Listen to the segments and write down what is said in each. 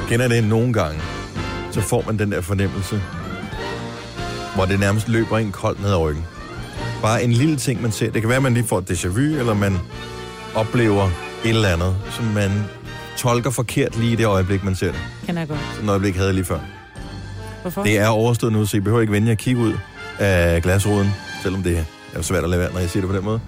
Kender det nogle gange, så får man den der fornemmelse, hvor det nærmest løber en koldt ned ad ryggen. Bare en lille ting, man ser. Det kan være, at man lige får et déjà vu, eller man oplever et eller andet, som man tolker forkert lige i det øjeblik, man ser det. Kender jeg godt. Sådan et øjeblik havde jeg lige før. Hvorfor? Det er overstået nu, så I behøver ikke vende jer at kigge ud af glasruden, selvom det er svært at lade være, når jeg siger det på den måde.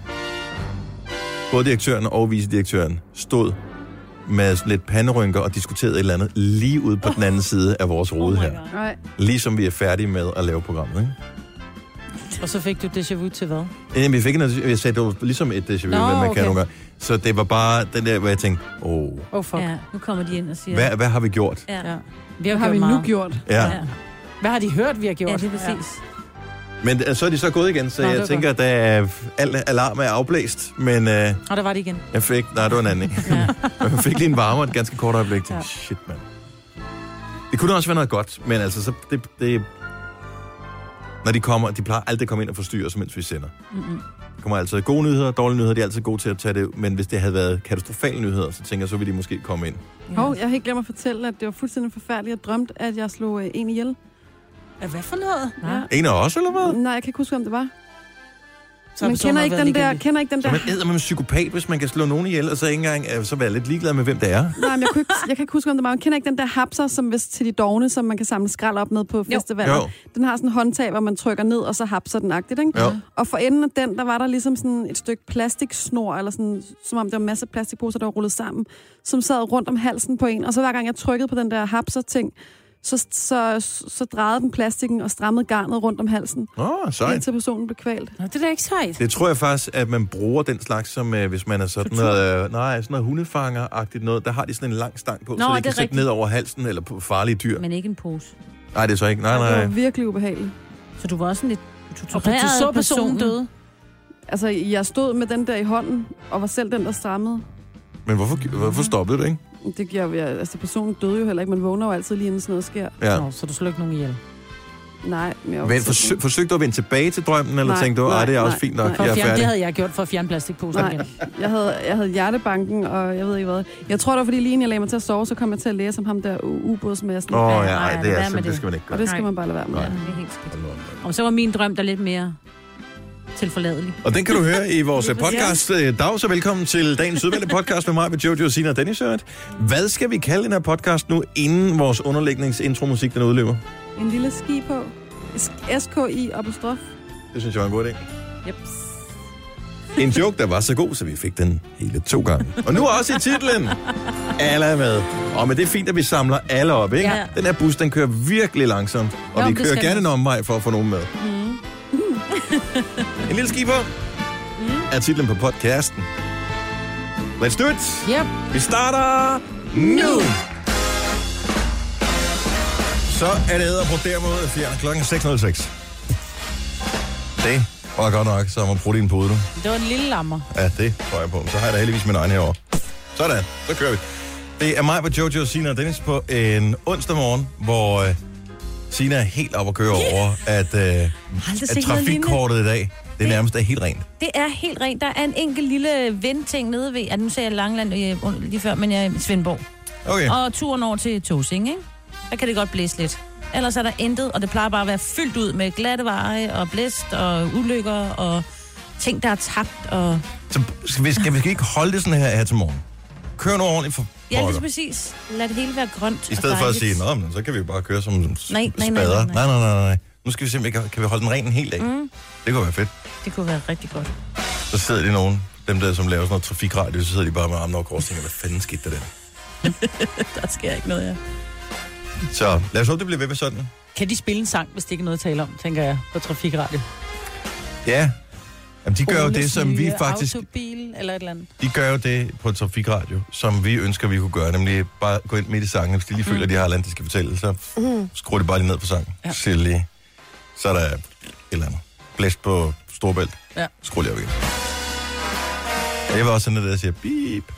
Både direktøren og vicedirektøren stod med sådan lidt panderynker og diskuterede et eller andet lige ude på den anden side af vores rode her. Ligesom vi er færdige med at lave programmet, ikke? Og så fik du déjà vu til hvad? Vi fik noget, jeg sagde, det var ligesom et déjà vu, man kan nogle gange. Så det var bare den der, hvor jeg tænkte, fuck. Ja, nu kommer de ind og siger... Hvad har vi gjort? Ja. Hvad har vi nu gjort? Ja. Hvad har de hørt, vi har gjort? Ja, det er præcis. Men så er de så gået igen, så jeg tænker, at al alarm er afblæst, men... Og der var det igen. Jeg fik... Nej, det var en anden, ikke? Jeg fik lige en varme et ganske kort øjeblik. Ja. Shit, mand. Det kunne også være noget godt, men altså, så det når de kommer, de plejer aldrig at komme ind og forstyrre os, mens vi sender. Der kommer altid gode nyheder, dårlige nyheder, de er altid gode til at tage det, men hvis det havde været katastrofale nyheder, så tænker jeg, så vil de måske komme ind. Jeg har helt glemt at fortælle, at det var fuldstændig forfærdeligt. Jeg drømte, at jeg slog en ihjel. Hvad for noget? Ja. En af os, eller hvad? Nej, jeg kan ikke huske, om det var. Så man kender ikke den der... Så man æder med en psykopat, hvis man kan slå nogen ihjel, og så ikke engang så være lidt ligeglad med, hvem det er. Nej, men jeg kan ikke huske, om det var. Man kender ikke den der hapser, som hvis til de dogne, som man kan samle skrald op med på festivaler. Jo. Den har sådan en håndtag, hvor man trykker ned, og så hapser den agtigt, ikke? Jo. Og for enden af den, der var der ligesom sådan et stykke plastiksnor, eller sådan, som om der var en masse plastikposer, der var rullet sammen, som sad rundt om halsen på en. Og så hver gang jeg trykkede på den der hapser-ting, så drejede den plastikken og strammede garnet rundt om halsen. Sejt. Indtil personen blev kvalt. Nå, det er da ikke sejt. Det tror jeg faktisk, at man bruger den slags, som hvis man er sådan noget, sådan noget hundefanger-agtigt noget. Der har de sådan en lang stang på, så de kan sætte ned over halsen eller på farlige dyr. Men ikke en pose. Nej, det er så ikke. Nej. Det var virkelig ubehageligt. Så du var også sådan lidt... Du så personen døde? Altså, jeg stod med den der i hånden, og var selv den, der strammede. Men hvorfor stoppede det, ikke? Det giver jo... Altså, personen døde jo heller ikke. Man vågner jo altid lige, inden sådan noget sker. Ja. Nå, så du slog ikke nogen ihjel? Nej. Men forsøgte du at vende tilbage til drømmen, eller tænkte du, det er også fint nok, jeg er færdig? Det havde jeg gjort for at fjerne plastikposer igen. Jeg havde hjertebanken, og jeg ved ikke hvad. Jeg tror, det var fordi lige inden jeg lagde mig til at sove, så kom jeg til at læse om ham der ubådsmassen. Det skal man ikke gøre. Og det skal man bare lade være med. Ja, det er helt skidt. Og så var min drøm der lidt mere tilforladelig. Og den kan du høre i vores podcast. Dag, så velkommen til dagens udvalgte podcast med mig, med Jojo, Sina og Dennis Sørt. Hvad skal vi kalde den her podcast nu, inden vores underlægningsintromusik den udløber? En lille ski på. SKI apostrof. Det synes jeg var en god idé. Jeps. En joke, der var så god, så vi fik den hele 2 gange. Og nu også i titlen. Alle er med. Og men det er fint, at vi samler alle op, ikke? Ja. Den her bus, den kører virkelig langsomt. Og vi kører gerne en omvej for at få nogen med. En lille ski på. Er titlen på podcasten. Let's do it. Yep. Vi starter nu. Så er det at brodere mod fjern klokken 6.06. Det var godt nok, så må bruge din pude. Det var en lille lammer. Ja, det tror jeg på. Så har jeg da heldigvis min egen herovre. Sådan, så kører vi. Det er mig, Jojo, Sina og Dennis på en onsdag morgen, hvor Sina er helt op at køre over, at trafikkortet i dag, det nærmest er helt rent. Det er helt rent. Der er en enkelt lille vindting nede ved, nu sagde jeg Langeland lige før, men jeg er i Svendborg. Okay. Og turen over til Tåsing, ikke? Der kan det godt blæse lidt. Ellers er der intet, og det plejer bare at være fyldt ud med glatte veje og blæst og ulykker og ting, der er tabt. Og... Så skal vi ikke holde det sådan her til morgen? Kør nu ordentligt for Ja, det er præcis. Lad det hele være grønt. I stedet for at sige, nå, men så kan vi jo bare køre som spader. Nej. Nu skal vi simpelthen, kan vi holde den ren en hel dag? Det kunne være fedt. Det kunne være rigtig godt. Så sidder de nogen, dem der som laver sådan noget trafikradio, så sidder de bare med armene over kors og tænker, hvad fanden skete der? Der sker ikke noget, Så lad os håbe, det bliver ved med sådan. Kan de spille en sang, hvis det ikke er noget at tale om, tænker jeg, på trafikradio? Ja. Jamen, de gør jo det, som vi faktisk... Autobil eller et eller andet. De gør jo det på trafikradio, som vi ønsker, vi kunne gøre. Nemlig bare gå ind midt i sangen. Hvis de lige føler, at de har andet, de skal fortælle, så skruer de bare lige ned på sangen. Ja. Så er der et eller andet. Blæst på Storebælt. Ja. Skruer lige op igen. Jeg vil også sådan noget, der siger beep.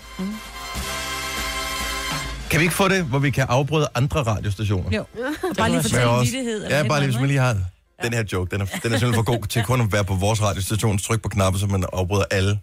Kan vi ikke få det, hvor vi kan afbryde andre radiostationer? Jo. Bare lige fortælle en vittighed. Ja, bare lige, hvis man lige har den her joke. Den er simpelthen for god til kun at være på vores radiostation. Tryk på knappen, så man afbryder alle.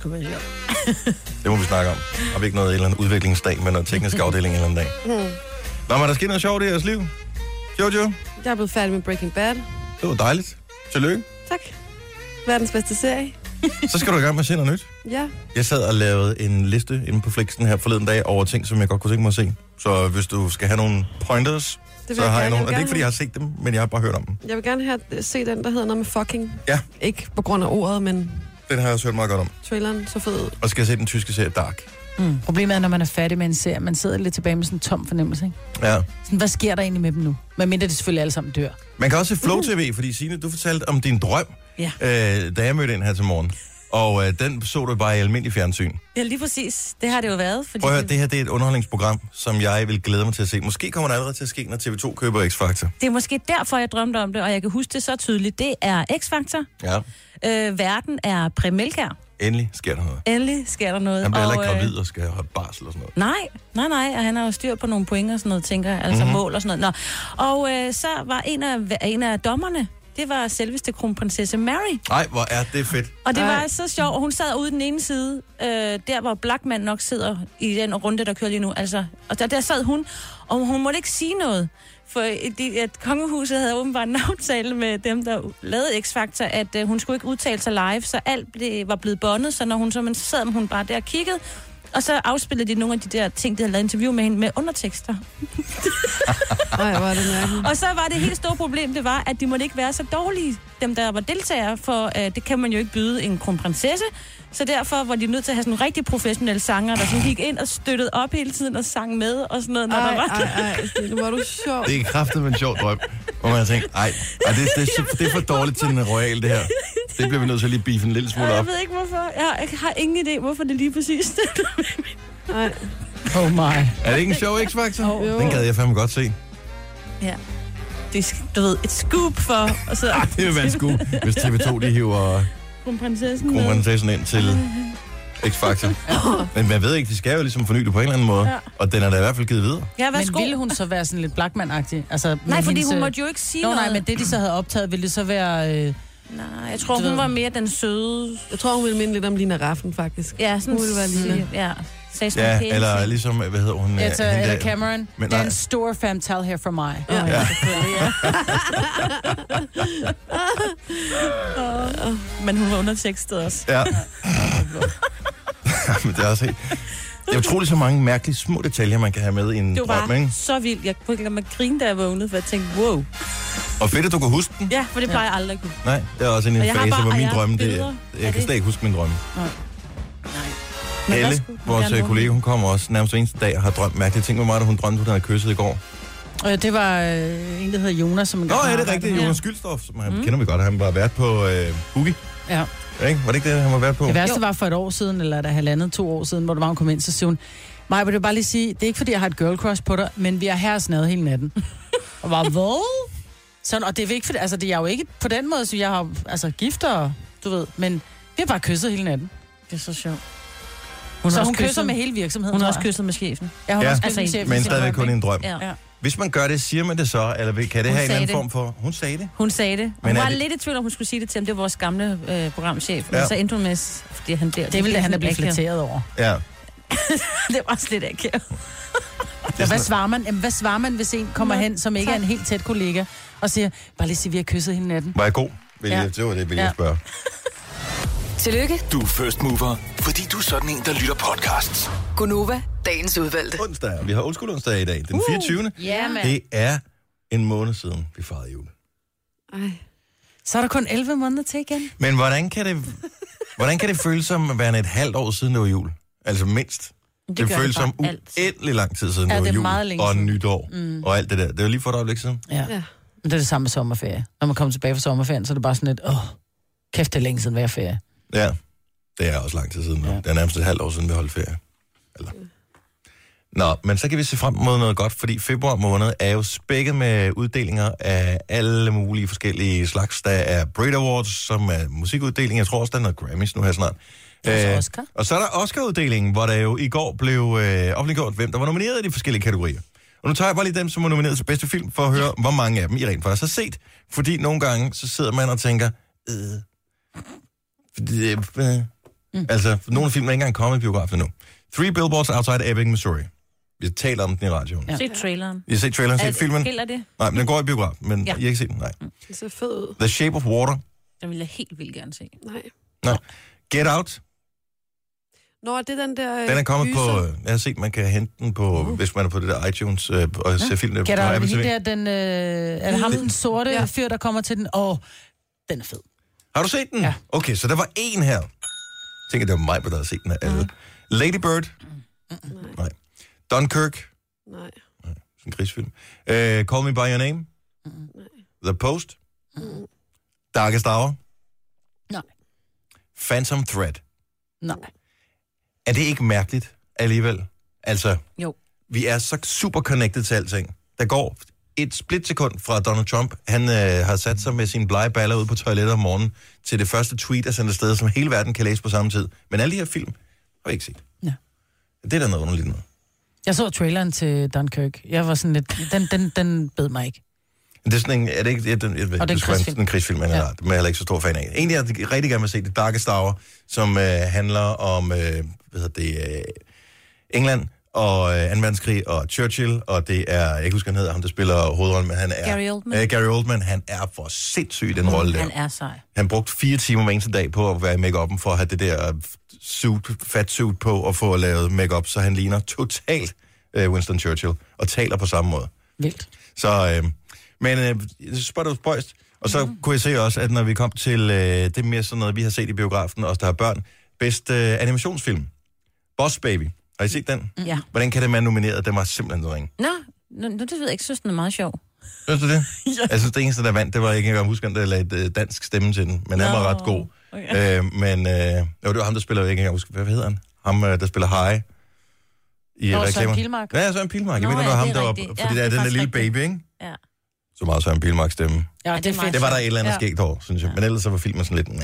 Det må vi snakke om. Har vi ikke noget eller andet udviklingsdag med noget teknisk afdeling en eller anden dag? Nå, men der sker noget sjovt i jeres liv. Jojo, Jeg er blevet færdig med Breaking Bad. det var dejligt. Tillykke. Tak. Verdens bedste serie. Så skal du i gang med at se noget nyt. Ja. Jeg sad og lavede en liste inde på Flixen her forleden dag over ting, som jeg godt kunne tænke mig at se. Så hvis du skal have nogle pointers, så har jeg nogle. Og det er ikke, fordi jeg har set dem, men jeg har bare hørt om dem. Jeg vil gerne se den, der hedder noget med fucking. Ja. Ikke på grund af ordet, men Den har jeg også hørt meget godt om. traileren så fed ud. Og skal jeg se den tyske serie Dark. Problemet er, når man er færdig med en serie, man sidder lidt tilbage med sådan en tom fornemmelse, ikke? Ja. Sådan, hvad sker der egentlig med dem nu? Medmindre det selvfølgelig alle sammen dør. Man kan også se Flow TV, fordi Signe, du fortalte om din drøm, Ja. Da jeg mødte ind her til morgen. Og den så du bare i almindelig fjernsyn. Ja, lige præcis. Det har det jo været. Fordi Prøv at høre, det her det er et underholdningsprogram, som jeg vil glæde mig til at se. Måske kommer det allerede til at ske, når TV2 køber X-Factor. det er måske derfor, jeg drømte om det, og jeg kan huske det så tydeligt. Det er X-Factor. Ja, Verden er Prem Melkjær. endelig sker der noget. Endelig sker der noget. Han bliver heller ikke gravid og skal have barsel og sådan noget. Nej, og han har jo styr på nogle point og sådan noget, tænker jeg, altså mål og sådan noget. Nå. Og så var en af dommerne, det var selveste kronprinsesse Mary. Nej, hvor er det fedt. Og det Ej. var så sjovt, og hun sad ude den ene side, der hvor Blackman nok sidder i den runde, der kører lige nu. Altså, og der sad hun, og hun måtte ikke sige noget. For at kongehuset havde åbenbart en aftale med dem, der lavede X-Factor, at hun skulle ikke udtale sig live, så alt var blevet bondet, så når hun så sad hun bare der og kiggede, og så afspillede de nogle af de der ting, de havde lavet interview med hende med undertekster. Nej, hvor er det mærkeligt. Og så var det helt store problem, det var, at de måtte ikke være så dårlige, dem der var deltagere, for det kan man jo ikke byde en kronprinsesse. Så derfor var de nødt til at have sådan nogle rigtig professionelle sanger, der sådan gik ind og støttede op hele tiden og sang med og sådan noget, når der var... Ej, nu var du sjov. Det er kraftigt med en sjov drøm, hvor man har tænkt, det er for dårligt til en royal, det her. Det bliver vi nødt til at lige beefe en lille smule op. Jeg ved ikke hvorfor. Jeg har ingen idé, hvorfor det lige præcis det. Nej. Oh my. Er det ikke en sjov X-Factor? Jo. Den gad jeg fandme godt se. Ja. Det er, du ved, et scoop for... Og så, Det vil være sgu, hvis TV2 de hiver kronprinsessen. kronprinsessen ind til X-Factor. Men man ved ikke, de skal jo ligesom forny det på en eller anden måde. Ja. Og den er da i hvert fald givet videre. Ja, Men værsgo. ville hun så være sådan lidt Blackman-agtig? Altså, Nej, med fordi hendes, hun måtte jo ikke sige Nå, noget. nej, men det, de så havde optaget, ville det så være... Nej, jeg tror, Du hun ved. var mere den søde... Jeg tror, hun ville minde lidt om Lina Raffen, faktisk. Ja, sådan... Hun ville være Lina. Ja, sagde Ja, sådan pænt. eller ligesom, hvad hedder hun? It's hende Ella der- Cameron. Men Det er nej. en stor femtal her fra mig. Ja. Ja. Selvfølgelig, ja. Men hun var undertekstet også. Ja. Men det er også helt... Det er utroligt så mange mærkelige små detaljer, man kan have med i en Det drøm, var ikke? så vildt. Jeg kunne ikke lade mig grine, da jeg vågnede, for jeg tænkte, wow. Og fedt, at du kan huske den. Ja, for det plejer jeg aldrig at kunne. Nej, det er også en Og jeg har fase, bare- hvor og min jeg har drømme, det billeder jeg af kan det. slet ikke huske min drømme. Nej. Men Helle, værsgo, du vores gerne vågne. kollega, hun kommer også nærmest hver eneste dag og har drømt mærkelige ting. Hvor meget hun drømte, hun havde kysset i går. Det var en, der hedder Jonas, som... Nå, er det rigtigt? Jonas Skyldstof, som han kender vi godt. Han var vært på Boogie. Ja. Ikke? Var det ikke det, han var vært på? Det værste var for et år siden, eller der 1,5-2 år siden, hvor hun kom ind, så siger hun, Maja, vil du bare lige sige, det er ikke fordi, jeg har et girl crush på dig, men vi har herresnadet hele natten. Og var hvad? Sådan, og det er vigtigt, altså det er jo ikke på den måde, så jeg har altså gifter, du ved, men vi har bare kysset hele natten. Det er så sjovt. Så hun kysser med hele virksomheden. Hun har tror også jeg. kysset med chefen. Ja, hun Ja. har også kysset med chefen. Men Så- stadigvæk kun i en drøm. Ja. Ja. Hvis man gør det, siger man det så? Eller kan det Hun have en eller sagde anden det. form for... Hun sagde det? Hun sagde det. Men Hun er var det- lidt i tvivl, om hun skulle sige det til ham. Det var vores gamle programchef. Ja. Men så endte hun med, fordi han der... Det er vel det, han er blevet flatteret over. Ja. Det var slet ikke. Og hvad svarer man? Jamen, hvad svarer man, hvis en kommer hen, som ikke er en helt tæt kollega, og siger, bare lige sige, vi har kysset hele natten. Var jeg god? Ja. Det var det, vil jeg Ja. spørge. Tillykke, Du er first mover, fordi du er sådan en, der lytter podcasts. Gunova, dagens udvalgte. Onsdag. Vi har Old School onsdag i dag. Den 24. Ja, mand. Det er en måned siden, vi fejrede jul. Ej. Så er der kun 11 måneder til igen. Men hvordan kan det føles som at være et halvt år siden, det var jul? Altså mindst. Det gør føles det som bare altid. uendelig lang tid siden, Ja, det var det er jul meget længe og siden. nytår og alt det der. Det var lige for et øjeblik siden. Ja. Ja. Men det er det samme med sommerferie. Når man kommer tilbage fra sommerferien, så er det bare sådan lidt, kæft, det er længe siden, hvad er ferie. Ja, det er også lang tid siden nu. Ja. Det er nærmest et halvt år siden, vi holdt ferie. Eller... Nå, men så kan vi se frem mod noget godt, fordi februar måned er jo spækket med uddelinger af alle mulige forskellige slags. Der er Brit Awards, som er musikuddeling. Jeg tror også, der er noget Grammys nu her snart. Også Oscar. Og så er der Oscar-uddelingen, hvor der jo i går blev offentliggjort, hvem der var nomineret i de forskellige kategorier. Og nu tager jeg bare lige dem, som var nomineret til bedste film, for at høre, hvor mange af dem I rent faktisk har set. Fordi nogle gange, så sidder man og tænker... Altså, nogle film er ikke engang kommet i biografen nu. 3 Billboards Outside Ebbing, Missouri. Vi taler om den i radioen. Ja. Se traileren. I har set traileren, set filmen? Gælder det? Nej, men den går i biograf, men Ja. I har ikke set den, nej. Det ser fedt ud. The Shape of Water. Den vil jeg helt vildt gerne se. Nej. Get Out. Nå, det er den der... Den er kommet gyser. på... Jeg har set, man kan hente den på, hvis man er på det der iTunes og se film. Kan på der Apple hende TV. der, den, er det ham, den sorte fyr, der kommer til den? Den er fed. Har du set den? Ja. Okay, så der var en her. Jeg tænker, det var mig, der havde set den af alle. Lady Bird. Nej. Dunkirk. Nej. Sådan en krigsfilm. Call Me By Your Name. The Post. Darkest Hour. Nej. Phantom Thread. Nej. Er det ikke mærkeligt alligevel? Altså, Jo. vi er så super connected til alting. Der går et splitsekund fra Donald Trump. Han har sat sig med sine blege baller ud på toilettet om morgenen til det første tweet, der sendt afsted, som hele verden kan læse på samme tid. Men alle de her film har vi ikke set. Ja. Det er da noget underligt noget. Jeg så traileren til Dunkirk. Jeg var sådan lidt... Den bed mig ikke. Det er sådan en... Er det ikke... Jeg ved, Og det er en krigsfilm. En krigsfilm, men jeg er heller ikke så stor fan af. Egentlig jeg rigtig gerne vil se det Darkest Hour, som handler om England og 2. verdenskrig og Churchill, og det er... Jeg kan huske, han hedder ham, der spiller hovedrollen, men han er... Gary Oldman. Gary Oldman, han er for sindssyg den rolle der. Han er sej. Han brugte 4 timer hver eneste dag på at være i make-up'en for at have det der fat suit på og få lavet make-up, så han ligner totalt Winston Churchill og taler på samme måde. Vildt. Så, men jeg synes bare, det var spøjst. Og så kunne jeg se også, at når vi kom til det mere sådan noget, vi har set i biografen, os der har børn, bedste animationsfilm. Boss Baby. Har I set den? Ja. Hvordan kan det være nomineret? Den var simpelthen så ringe. Nå, det ved jeg ikke. Synes, den er meget sjov. Synes du det? Ja. Jeg synes, det eneste, der vandt, det var ikke engang huske, at der lagde et dansk stemme til den. Men den var ret god. Okay. Det var ham, der spiller, jeg ikke engang huske, hvad hedder han? Ham, der spiller High i reklamer. Søren Pilmark. Ja, Søren Pilmark. Jeg mener, det var ham, der var... Fordi der er den der lille baby, ikke? Ja. Så meget Søren Pilmark stemme. Ja, det er fedt. Det var der et eller andet skægt over, synes jeg. Men ellers så var filmen sådan lidt...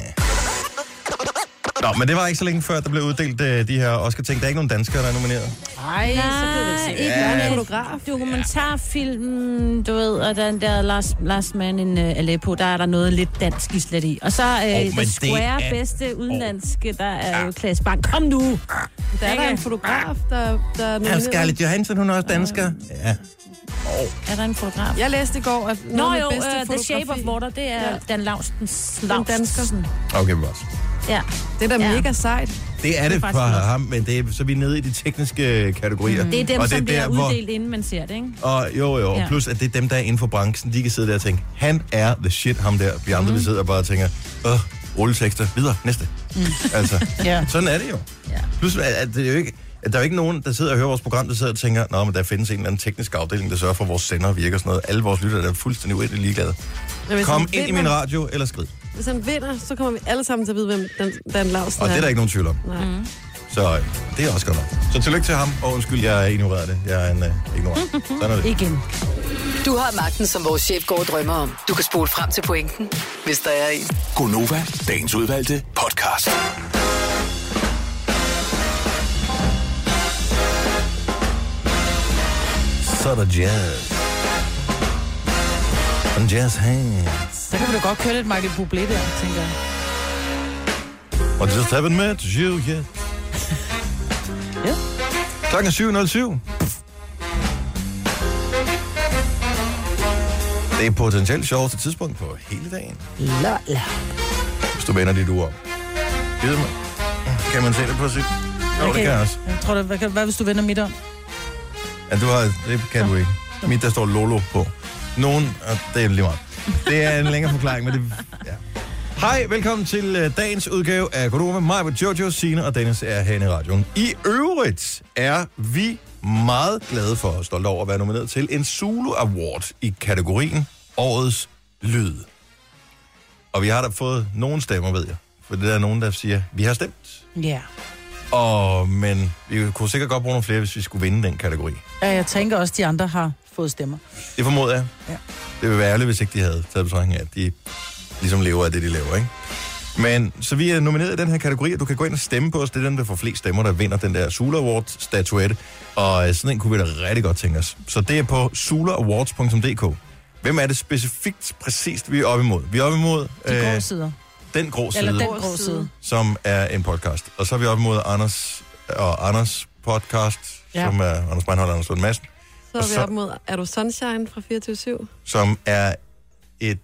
Nå, men det var ikke så længe før, der blev uddelt de her Oscar-ting. Der er ikke nogen danskere, der er nomineret. Nej, så kan det se. Ikke Ja. fotograf. Dokumentarfilm, du ved, og den der Last Man in Aleppo, der er der noget lidt dansk slet i. Og så The Square, bedste udenlandske, der er jo Claes Bang. Kom nu! Der er en fotograf, der er nomineret. Scarlett Johansson, hun er også dansker. Ja. Er der en fotograf? Jeg læste i går, at noget af bedste The Shape of Water, det er Dan Laustsen. Den dansker. Okay, boss. Ja. Det er da mega sejt. Det er det faktisk for flot. ham, men det er, så er vi nede i de tekniske kategorier. Det er dem, og som det bliver der, uddelt, inden man ser det, ikke? Og jo, Ja. plus at det er dem, der er inden for branchen, de kan sidde der og tænke, han er the shit, ham der. Vi andre, vi sidder bare og tænker, rulletekster, videre, næste. Altså, Ja. sådan er det jo. Ja. Plus, at det er jo ikke, at der er jo ikke nogen, der sidder og hører vores program, der sidder og tænker, nå, men der findes en eller anden teknisk afdeling, der sørger for, at vores sender virker og sådan noget. Alle vores lyttere der er fuldstændig uendelig ligeglade. Kom ind i min radio, eller skrid. Hvis han vinder, så kommer vi alle sammen til at vide, hvem Dan Laustsen Og det er der ikke nogen tvivl om. Nej. Så det er også godt nok. Så tillykke til ham, og undskyld, jeg ignorerede det. Jeg er en ignorant. Sådan er det. Igen. Du har magten, som vores chef går og drømmer om. Du kan spole frem til pointen, hvis der er en. Gonova, dagens udvalgte podcast. Så er der jazz. En jazz hands. Så kan vi da godt køre lidt Michael Bublé der, tænker jeg. Og just haven't met you yet. Ja. Klokken er 7:07. Det er potentielt sjoveste tidspunkt på hele dagen, Lol. hvis du vender dit ur om. Gider man? Kan man se det på sit? Jo, det kan jeg også. Jeg tror, hvad hvis du vender midt om? Ja, det kan du ikke. Mit, der står Lolo på. Nogen, og det er lige meget. Det er en længere forklaring, men det... Ja. Hej, velkommen til dagens udgave af Gonova. Mig med Jojo, Signe og Dennis er herinde i radioen. I øvrigt er vi meget glade for og stolte over at være nomineret til en Zulu Award i kategorien Årets Lyd. Og vi har da fået nogle stemmer, ved jeg. For det er nogen, der siger, vi har stemt. Ja. Men vi kunne sikkert godt bruge nogle flere, hvis vi skulle vinde den kategori. Ja, jeg tænker også, de andre har fået stemmer. Det formoder jeg. Ja. Det ville være ærligt, hvis ikke de havde taget betragtning af, at de ligesom lever af det, de laver, ikke? Men så vi er nomineret i den her kategori, og du kan gå ind og stemme på os. Det er den, der får flest stemmer, der vinder den der Zulu Award-statuette. Og sådan en kunne vi da rigtig godt tænke os. Så det er på zulaawards.dk. Hvem er det specifikt præcist, vi er oppe imod? Vi er oppe imod De grå sider. den grå side, Eller den grå side. som er en podcast. Og så er vi oppe imod Anders podcast, som er Anders Breinholt og Anders Lund Madsen. Så er vi op mod, er du Sunshine fra 24/7? Som er et...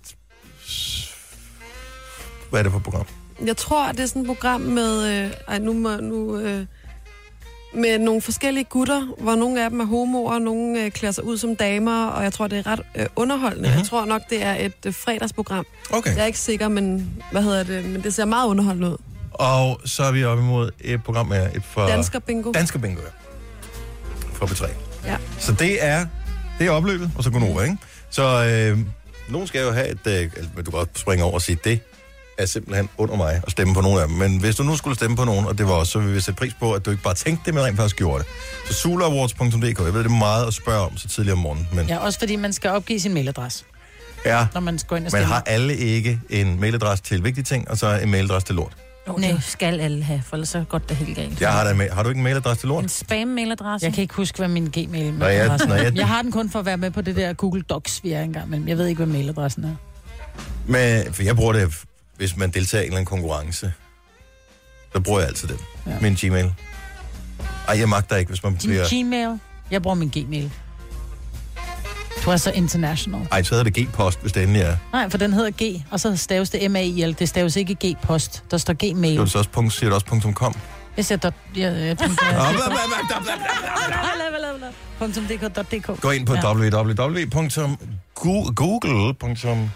Hvad er det for et program? Jeg tror, det er sådan et program med... med nogle forskellige gutter, hvor nogle af dem er homoer, og nogle klæder sig ud som damer, og jeg tror, det er ret underholdende. Mm-hmm. Jeg tror nok, det er et fredagsprogram. Okay. Jeg er ikke sikker, men men det ser meget underholdende ud. Og så er vi oppe imod et program med et fra... Dansker Bingo. Dansker Bingo, ja. Fra B3. Ja. Så det er opløbet, og så Gonova, ikke? Så nogen skal jo have et... du kan også springe over og sige, det er simpelthen under mig at stemme på nogen af dem. Men hvis du nu skulle stemme på nogen, og det var også, så vil vi sætte pris på, at du ikke bare tænkte det, men rent faktisk gjorde det. Så sulawards.dk, jeg ved, det er meget at spørge om så tidligt om morgenen. Men Ja, også fordi man skal opgive sin mailadresse, ja, når man skal ind og men stemme. har alle ikke en mailadresse til vigtige ting, og så en mailadresse til lort? Det skal alle have, for ellers så går det helt galt. Jeg har da med. Har du ikke en mailadresse til lort? En spam-mailadresse. Jeg kan ikke huske, hvad min Gmail Når jeg- Jeg har den kun for at være med på det der Google Docs, vi er engang, men jeg ved ikke, hvad mailadressen er. Men, for jeg bruger det, hvis man deltager i en eller anden konkurrence. Så bruger jeg altid den. Ja. Min Gmail. Ej, jeg magter ikke, hvis man Din bliver... Gmail? Jeg bruger min Gmail. Du er så international. Ej, så hedder det G-post, hvis det endelig er. Nej, for den hedder G, og så staves det M-A-I-L. Det staves ikke G-post. Der står Gmail. Så er det så også punkt, siger det også .com. Jeg siger jeg tænker... .dk. Gå ind på Ja. www.google.com.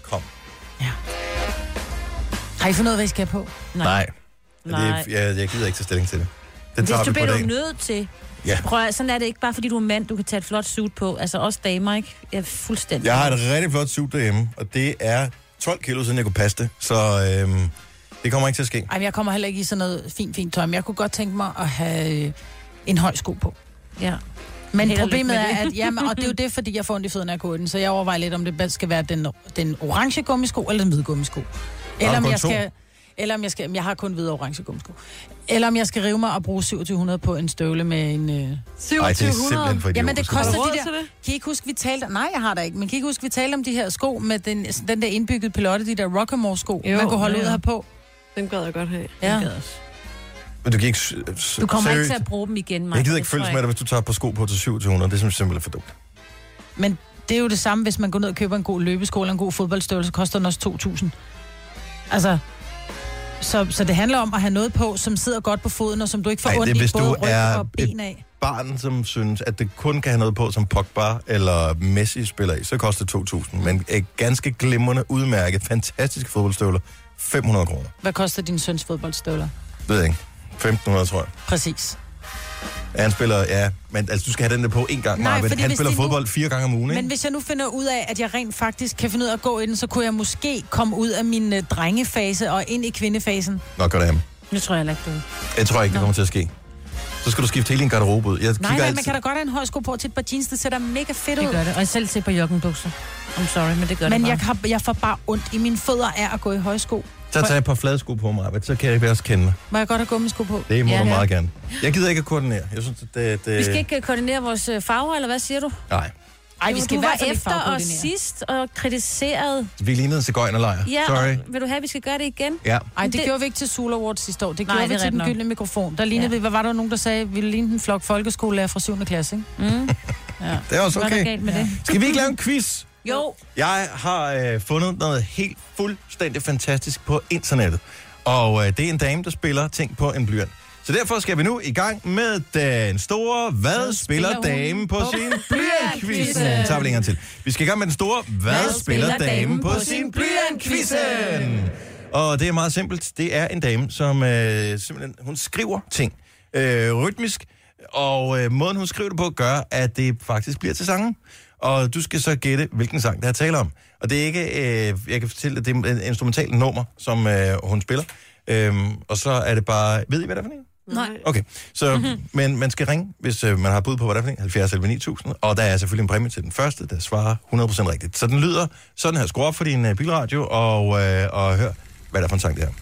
Har I fundet ud af, hvad I skal på? Nej. Nej. Jeg gider ikke tage stilling til det. Den tager Hvis du vi på bliver du dagen. nødt til. Ja. Prøv, sådan er det ikke bare, fordi du er mand, du kan tage et flot suit på. Altså også damer, ikke? Jeg er fuldstændig... Jeg har et rigtig flot suit derhjemme, og det er 12 kilo, siden jeg kunne passe det. Så det kommer ikke til at ske. Ej, men jeg kommer heller ikke i sådan noget fint tøj, men jeg kunne godt tænke mig at have en høj sko på. Ja. Men Held og problemet lykke er, med det. at jamen, og det er jo det, fordi jeg får ondt i fødderne af koden, så jeg overvejer lidt, om det skal være den orange gummisko eller den hvide gummisko. Eller om jeg skal, jeg har kun hvide og orange gummisko. Eller om jeg skal rive mig og bruge 2700 på en støvle med en... Ej, det er simpelthen for Jamen, det idiotisk. koster Har du råd de til der... det? Kan I ikke huske, vi talte... Nej, jeg har da ikke, men kan I ikke huske, vi talte om de her sko med den der indbyggede pilotte, de der Rockamore-sko, Jo, man kunne holde ja. ud her på? Den gad jeg godt have. Ja. Men du kan ikke... Du kommer ikke seriøst. til at bruge dem igen, Maja. Jeg gider ikke Det tror følges med dig, hvis du tager på sko på til 2700. Det synes jeg simpelthen er for dumt. Men det er jo det samme, hvis man går ned og køber en god løbesko eller en god fodboldstøvle, så koster den også 2.000. Altså... Så det handler om at have noget på, som sidder godt på foden, og som du ikke får ondt i både ryg og ben af. Barn, som synes, at det kun kan have noget på, som Pogba eller Messi spiller i, så koster det 2.000. Men ganske glimrende, udmærket, fantastiske fodboldstøvler, 500 kroner. Hvad koster din søns fodboldstøvler? Ved jeg ikke. 1.500, tror jeg. Præcis. Han spiller, ja, men altså, du skal have den der på en gang, Nej, Marvind. fordi Han hvis spiller de nu- fodbold 4 gange om ugen, ikke? Men hvis jeg nu finder ud af, at jeg rent faktisk kan finde ud af at gå i den, så kunne jeg måske komme ud af min drengefase og ind i kvindefasen. Nå, gør det ham. Nu tror jeg heller ikke, du... Jeg tror ikke, det kommer til at ske. Så skal du skifte hele din garderobe ud. Nej, man kan da godt have en høj sko på til et par jeans, det ser da mega fedt ud. Det gør det. Og jeg selv ser på joggenbukser. I'm sorry, men det gør Men det bare. jeg får bare ondt i mine fødder af at gå i højsko. Så tager jeg et par flade sko på, Marvind, så kan jeg også kende dig. Må jeg godt have gummisko på? Det må Ja. du meget gerne. Jeg gider ikke at koordinere. Jeg synes, det... Vi skal ikke koordinere vores farver, eller hvad siger du? Nej, Ej, vi skal du i hvert var fald ikke efter os farvekoordinere. sidst og kritiseret. vi lignede en cigøjnerlejr. Ja, Sorry. og vil du have, at vi skal gøre det igen? Ja. Ej, det Det- gjorde vi ikke til Sula Awards sidste år. Det gjorde det vi er til den rigtigt gyldne mikrofon. Der lignede vi, hvad var der nogen, der sagde, vi lignede en flok folkeskolelærer fra 7. klasse, ikke? Mm. Ja. Det er også Hvad er der okay. galt med det? Skal vi ikke lave en quiz? Jo. Jeg har fundet noget helt fuldstændig fantastisk på internettet. Og det er en dame, der spiller ting på en blyant. Så derfor skal vi nu i gang med den store Hvad spiller damen på sin blyant-quizzen? Tager vi lige en gang til. Vi skal i gang med den store Hvad spiller damen på sin blyant-quizzen? Og det er meget simpelt. Det er en dame, som simpelthen hun skriver ting rytmisk. Og måden hun skriver det på gør, at det faktisk bliver til sangen. Og du skal så gætte, hvilken sang der er tale om. Og det er ikke, jeg kan fortælle, at det er et instrumentalt nummer, som hun spiller. Og så er det bare, ved I, hvad det er for en? Nej. Okay, så, men man skal ringe, hvis man har bud på, hvad det er for en, 70 11 9000, og der er selvfølgelig en præmie til den første, der svarer 100% rigtigt. Så den lyder sådan her. Skru op for din bilradio, og hør, hvad der er for en sang, det er.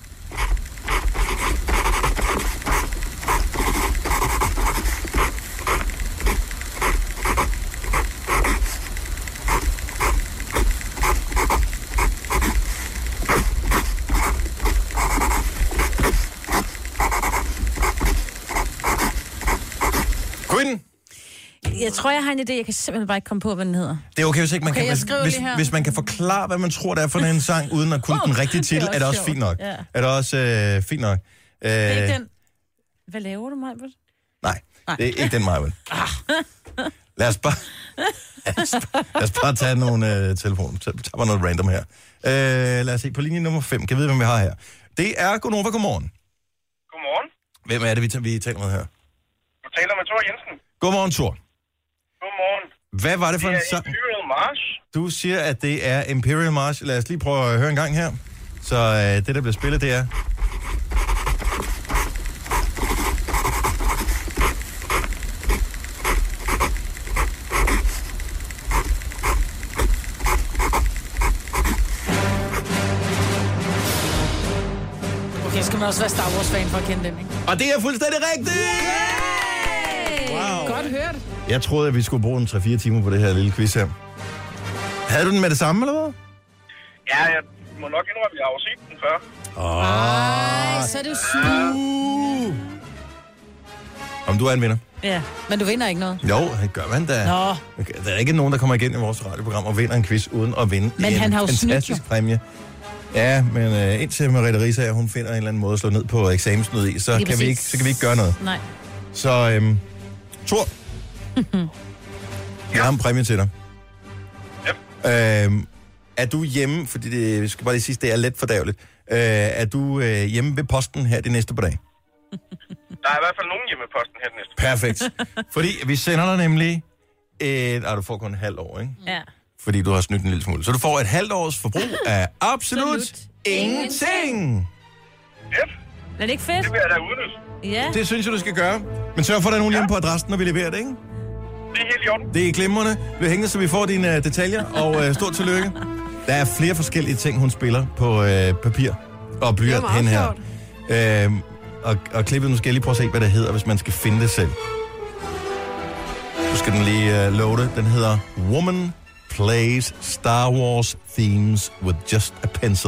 Bryn? Jeg tror, jeg har en idé. Jeg kan simpelthen bare ikke komme på, hvad den hedder. Det er okay, hvis ikke man Okay, jeg kan... skriver lige her. Hvis man kan forklare, hvad man tror, det er for en sang, uden at kunne den rigtige titel, er det også sjovt. fint nok. Ja. Er det også fint nok. Det er ikke den. Hvad laver du, Majbert? Nej, det er ikke den, Marvel. Lad os bare tage nogle telefoner. Tag bare noget random her. Lad os se, på linje nummer 5. Kan vi vide, hvem vi har her? Det er Gunova. Godmorgen. Godmorgen. Hvem er det, vi taler med her? Du taler med Thor Jensen. Godmorgen, Thor. Godmorgen. Hvad var det for en sang? Imperial March. Du siger, at det er Imperial March. Lad os lige prøve at høre en gang her. Så det, der bliver spillet, det er... Okay, skal man også være Star Wars-fan for at kende den, ikke? Og det er fuldstændig rigtigt! Wow. Godt hørt. Jeg troede, at vi skulle bruge en 3-4 timer på det her lille quiz her. Havde du den med det samme, eller hvad? Ja, jeg må nok indrømme, at jeg har jo set den før. Ej, så er det jo sygt. Om du er en vinder? Ja. Men du vinder ikke noget. Jo, det gør man da. Nå. Der er ikke nogen, der kommer igen i vores radioprogram og vinder en quiz uden at vinde Men en han har jo fantastisk snydt, præmie. Ja, men indtil Merete Riisager, hun finder en eller anden måde at slå ned på eksamensnød i, så kan vi ikke gøre noget. Nej. Så, Thor, jeg har en præmie til dig. Yep. Er du hjemme, fordi det skal bare lige sige, det er let fordærveligt. Er du hjemme ved posten her de næste par dage? Der er i hvert fald nogen hjemme i posten her den næste. Perfekt. Fordi vi sender dig nemlig du får kun et halvt år, ikke? Ja. Fordi du har snydt en lille smule. Så du får et halvt års forbrug af absolut ingenting. Yep, Er det ikke fedt? det vil jeg da udnytte. Ja. Det synes jeg, du skal gøre. Men sørg for, at der er nogen hjemme på adressen, når vi leverer det, ikke? Det er helt i orden. Det er glimrende. Bliv hængende, så vi får dine detaljer, og stort tillykke. Der er flere forskellige ting, hun spiller på papir og blyant hen her. Og klippet, nu skal jeg lige prøve at se, hvad det hedder, hvis man skal finde det selv. Nu skal den lige loade. Den hedder Woman Plays Star Wars Themes with Just a Pencil.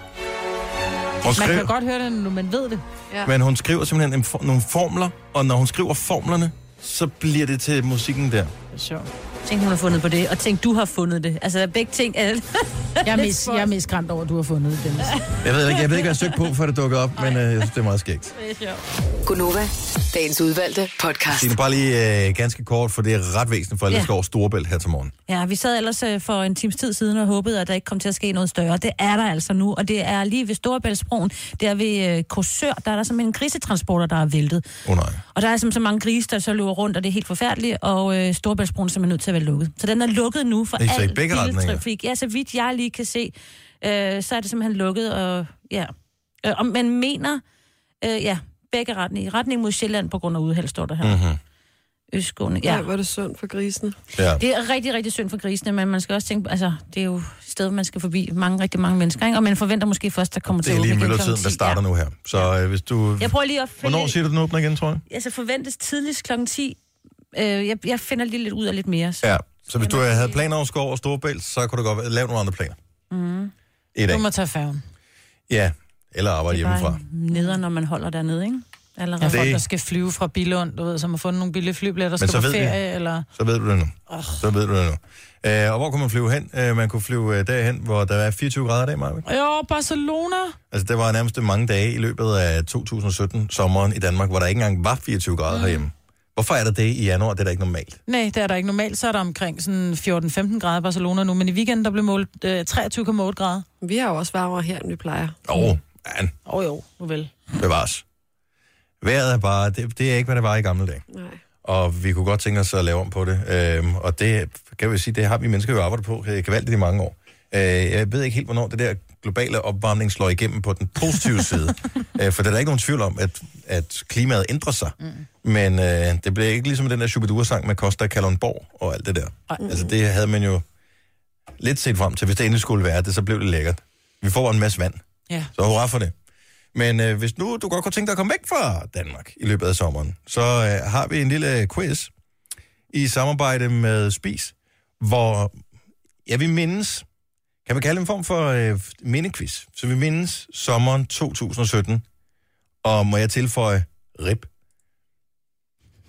Man kan godt høre det, når man ved det. Ja. Men hun skriver simpelthen nogle formler, og når hun skriver formlerne, så bliver det til musikken der. Det er sjovt. Tænk, hun har fundet på det, og tænk, du har fundet det. Altså, begge ting er... Jeg er mest skræmt over, at du har fundet det, Dennis. Jeg ved ikke, hvad jeg søgte på, før det dukkede op, men jeg synes, det er meget skægt. Det er sjovt. Gunova, dagens udvalgte podcast. Stine, bare lige ganske kort, for det er ret væsentligt for alle, der skal over Storebælt her til morgen. Ja, vi sad ellers for en times tid siden og håbede, at der ikke kom til at ske noget større. Det er der altså nu, og det er lige ved Storebæltsbroen. Der ved Korsør, der er der simpelthen en grisetransporter, der er væltet. Nej. Og der er simpelthen så mange grise, der så løber rundt, og det er helt forfærdeligt, og Storebæltsbroen er simpelthen nødt til at være lukket. Så den er lukket nu for al biltrafik. Ja, så vidt jeg lige kan se, så er det simpelthen lukket, og ja. Og man mener, begge retning mod Sjælland på grund af udheld, står der her. Mm-hmm. Østgående, Ja, hvor er det synd for grisene. Ja. Det er rigtig, rigtig synd for grisene, men man skal også tænke, altså, det er jo et sted, man skal forbi rigtig mange mennesker, ikke? Og man forventer måske først, der kommer til Det at er åbne lige igen myldretiden, klokken der 10. starter nu her. Så hvis du... Jeg prøver lige at finde... Hvornår siger du, den åbner igen, tror jeg? Altså, forventes tidligst klokken 10. Jeg finder lige lidt ud af lidt mere. Ja, så hvis du havde planer om at gå over Storebælt, så kunne du godt lave nogle andre planer. I dag. Du må tage færgen. Ja, eller arbejde hjemmefra. Neder, når man holder dernede, ikke? Allerede. Der er folk, der skal flyve fra Billund, du ved, som har fundet nogle billige flybilletter, der skal på ferie, eller... Så ved du det nu. Så ved du det nu. Og hvor kunne man flyve hen? Man kunne flyve derhen, hvor der er 24 grader i dag, Maja. Jo, Barcelona. Altså, der var nærmest mange dage i løbet af 2017, sommeren i Danmark, hvor der ikke engang var 24 grader herhjemme. Hvorfor er der det i januar? Det er da ikke normalt. Nej, det er der ikke normalt. Så er der omkring sådan 14-15 grader i Barcelona nu, men i weekenden der blev målt 23,8 grader. Vi har jo også varmere her, end vi plejer. Jo, nu vel. Bevares. Vejret er bare, det er ikke, hvad det var i gamle dage. Nej. Og vi kunne godt tænke os at lave om på det. Og det kan vi sige, det har vi mennesker jo arbejdet på gevaldigt i mange år. Jeg ved ikke helt, hvornår det der globale opvarmning slår igennem på den positive side. For der er der ikke nogen tvivl om, at klimaet ændrer sig. Men det blev ikke ligesom den der Shubidua-sang med Costa Kalundborg og alt det der. Altså det havde man jo lidt set frem til. Hvis det endelig skulle være det, så blev det lækkert. Vi får en masse vand. Ja. Så hurra for det. Men hvis nu du godt kunne tænke dig at komme væk fra Danmark i løbet af sommeren, så har vi en lille quiz i samarbejde med Spis, hvor vi mindes, kan man kalde det en form for mindequiz, så vi mindes sommeren 2017, og må jeg tilføje RIP.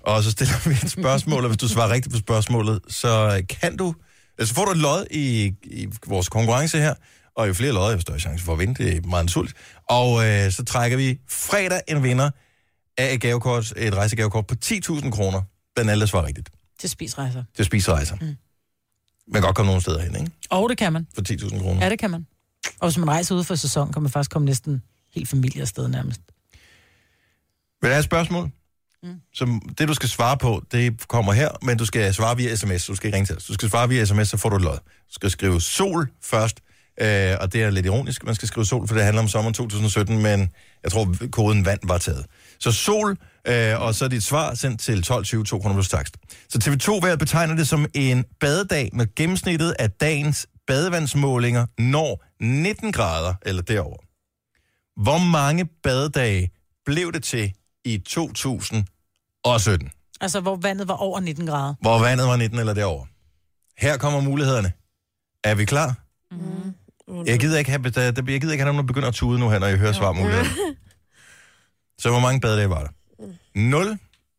Og så stiller vi et spørgsmål, og hvis du svarer rigtigt på spørgsmålet, så kan du... Altså får du et lod i vores konkurrence her, og jo flere lodder, jo større chance for at vinde. Det er meget naturligt. Og så trækker vi fredag en vinder af et rejsegavekort på 10.000 kroner. Den alle svarer rigtigt. Til spisrejser. Til spisrejser. Man kan godt komme nogle steder hen, ikke? Og det kan man. For 10.000 kroner. Ja, det kan man. Og hvis man rejser ud for sæson, kan man faktisk komme næsten helt familie afsted nærmest. Vil du have et spørgsmål? Så det, du skal svare på, det kommer her, men du skal svare via sms. Du skal ikke ringe til os. Du skal svare via sms, så får du et lod. Du skal skrive sol først, og det er lidt ironisk, man skal skrive sol, for det handler om sommeren 2017, men jeg tror, koden vand var taget. Så sol, og så dit svar sendt til 12.20, 200 plus takst. Så TV2 betegner det som en badedag, når gennemsnittet af dagens badevandsmålinger når 19 grader eller derover. Hvor mange badedage blev det til i 2017? Altså, hvor vandet var over 19 grader. Hvor vandet var 19 eller derover. Her kommer mulighederne. Er vi klar? Jeg gider ikke have nogen, der begynder at tude nu her, når jeg hører svarmulighederne. Så hvor mange badedage var der? 0,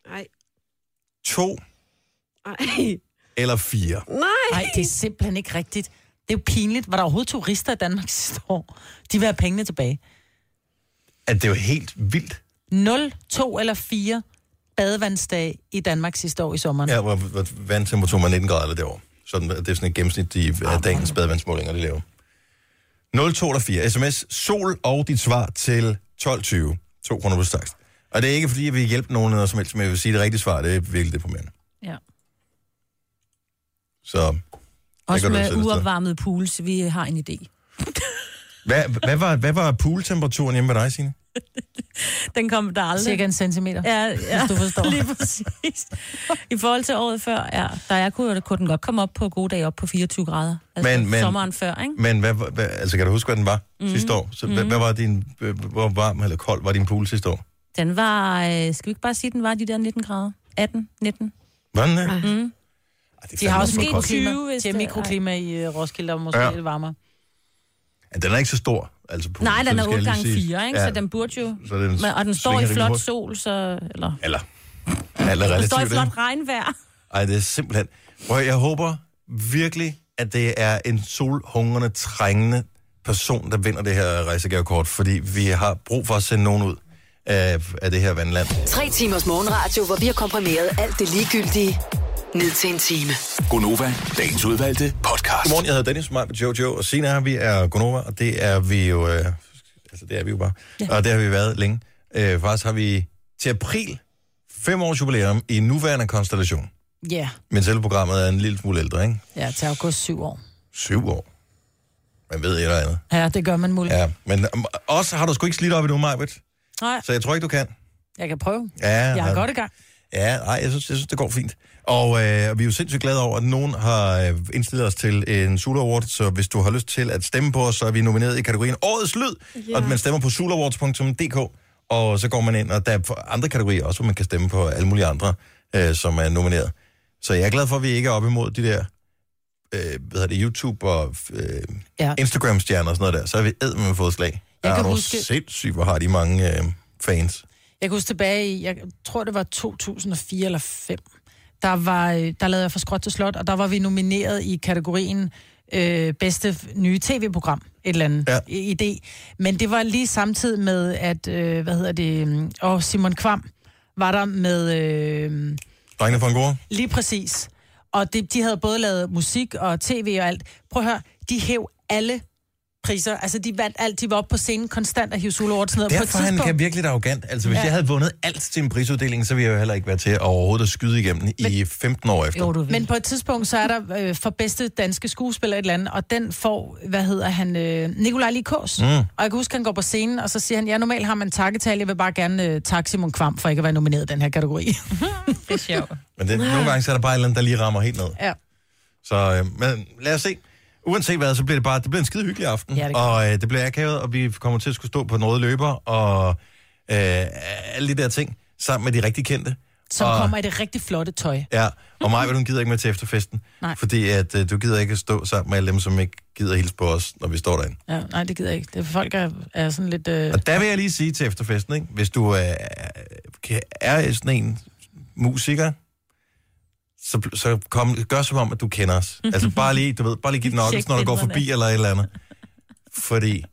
2 eller 4? Nej, det er simpelthen ikke rigtigt. Det er jo pinligt. Var der overhovedet turister i Danmark sidste år? De vil have pengene tilbage. At det er jo helt vildt. 0, 2 eller 4 badevandsdage i Danmark sidste år i sommeren. Ja, hvor vandtemperaturen var 19 grader eller derovre. Sådan, det er sådan et gennemsnit af dagens badevandsmålinger, de laver. 0, 2 eller 4. SMS, sol og dit svar til 12.20. 200 plus takst. Og det er ikke, fordi jeg vil hjælpe nogen eller noget som helst, men jeg vil sige, det rigtige svar, det er virkelig deprimerende. Ja. Så... Også med uopvarmet pools, vi har en idé. Hvad var pooltemperaturen hjemme med dig, Signe? Den kom der aldrig. Cirka 1 centimeter, hvis du forstår. Lige præcis. I forhold til året før, kunne den godt komme op på gode dage op på 24 grader. Altså men, sommeren før, ikke? Men altså kan du huske, hvad den var sidste år? Så hvad var hvor varm eller kold var din pool sidste år? Den var, skal vi ikke bare sige, den var de der 19 grader? 18, 19. Var den det? De har også mikroklima i Roskilde, og måske lidt varmere. Ja, den er ikke så stor. Altså på, nej, den er 8 gange 4, ikke? Ja, så den burde jo... Og den står i flot sol, så... Eller den står i flot regnvejr. Ej, det er simpelthen... Jeg håber virkelig, at det er en solhungrende, trængende person, der vinder det her rejsegavekort, fordi vi har brug for at sende nogen ud af det her vandland. 3 timers morgenradio, hvor vi har komprimeret alt det ligegyldige ned til en time. Gonova, dagens udvalgte podcast. Godmorgen, jeg hedder Dennis, mig med Jojo og Sina her. Vi er Gonova, og det er vi jo... det er vi jo bare. Ja. Og det har vi været længe. Faktisk har vi til april 5 års jubilæum i nuværende konstellation. Ja. Yeah. Men selve programmet er en lille smule ældre, ikke? Ja, til august 7 år. 7 år? Man ved et eller andet. Ja, det gør man muligt. Ja, men også har du sgu ikke slidt op endnu, Majbet. Nej. Så jeg tror ikke, du kan. Jeg kan prøve. Ja, jeg er godt i gang. Ja, nej, jeg synes, det går fint. Og vi er jo sindssygt glade over, at nogen har indstillet os til en Sula Award, så hvis du har lyst til at stemme på os, så er vi nomineret i kategorien Årets Lyd, og man stemmer på sulawards.dk, og så går man ind, og der er andre kategorier også, hvor man kan stemme på alle mulige andre, som er nomineret. Så jeg er glad for, at vi ikke er op imod de der YouTube og Instagram-stjerner og sådan noget der, så er vi med fået slag. Jeg kan huske... sindssygt, hvor har de mange fans. Jeg kan huske tilbage i, jeg tror det var 2004 eller 5, der lavede jeg fra Skråt til Slot, og der var vi nomineret i kategorien bedste nye tv-program, et eller andet idé. Men det var lige samtidig med, at, Simon Kvam var der med... Drengene fra Angora? Lige præcis. Og de havde både lavet musik og tv og alt. Prøv at høre, de hæv alle priser. Altså, de vandt alt. De var oppe på scenen konstant og hive Sula Awards ned. Derfor han kan virkelig arrogant. Altså, hvis jeg havde vundet alt til en prisuddeling, så ville jeg jo heller ikke være til overhovedet at skyde igennem i 15 år efter. Jo, men på et tidspunkt, så er der for bedste danske skuespiller et eller andet, og den får, Nikolaj Likås. Og jeg kan huske, han går på scenen, og så siger han, normalt har man takketal, jeg vil bare gerne takke Simon Kvam for ikke at være nomineret i den her kategori. Det er sjovt. Men nogle gange, så er der bare et eller andet, der lige rammer helt ned. Ja. Så, men lad os se. Uanset hvad, så bliver det en skide hyggelig aften, og det bliver akavet, og vi kommer til at skulle stå på den røde løber, og alle de der ting, sammen med de rigtig kendte. Som kommer i det rigtig flotte tøj. Ja, og mig, du gider ikke med til efterfesten, fordi at du gider ikke at stå sammen med alle dem, som ikke gider hilse på os, når vi står derinde. Ja, nej, det gider jeg ikke. Folk er sådan lidt... Og der vil jeg lige sige til efterfesten, ikke? Hvis du er sådan en musiker, så gør som om, at du kender os. Altså bare lige, du ved, bare lige give den nok, når du går forbi eller et eller andet. Fordi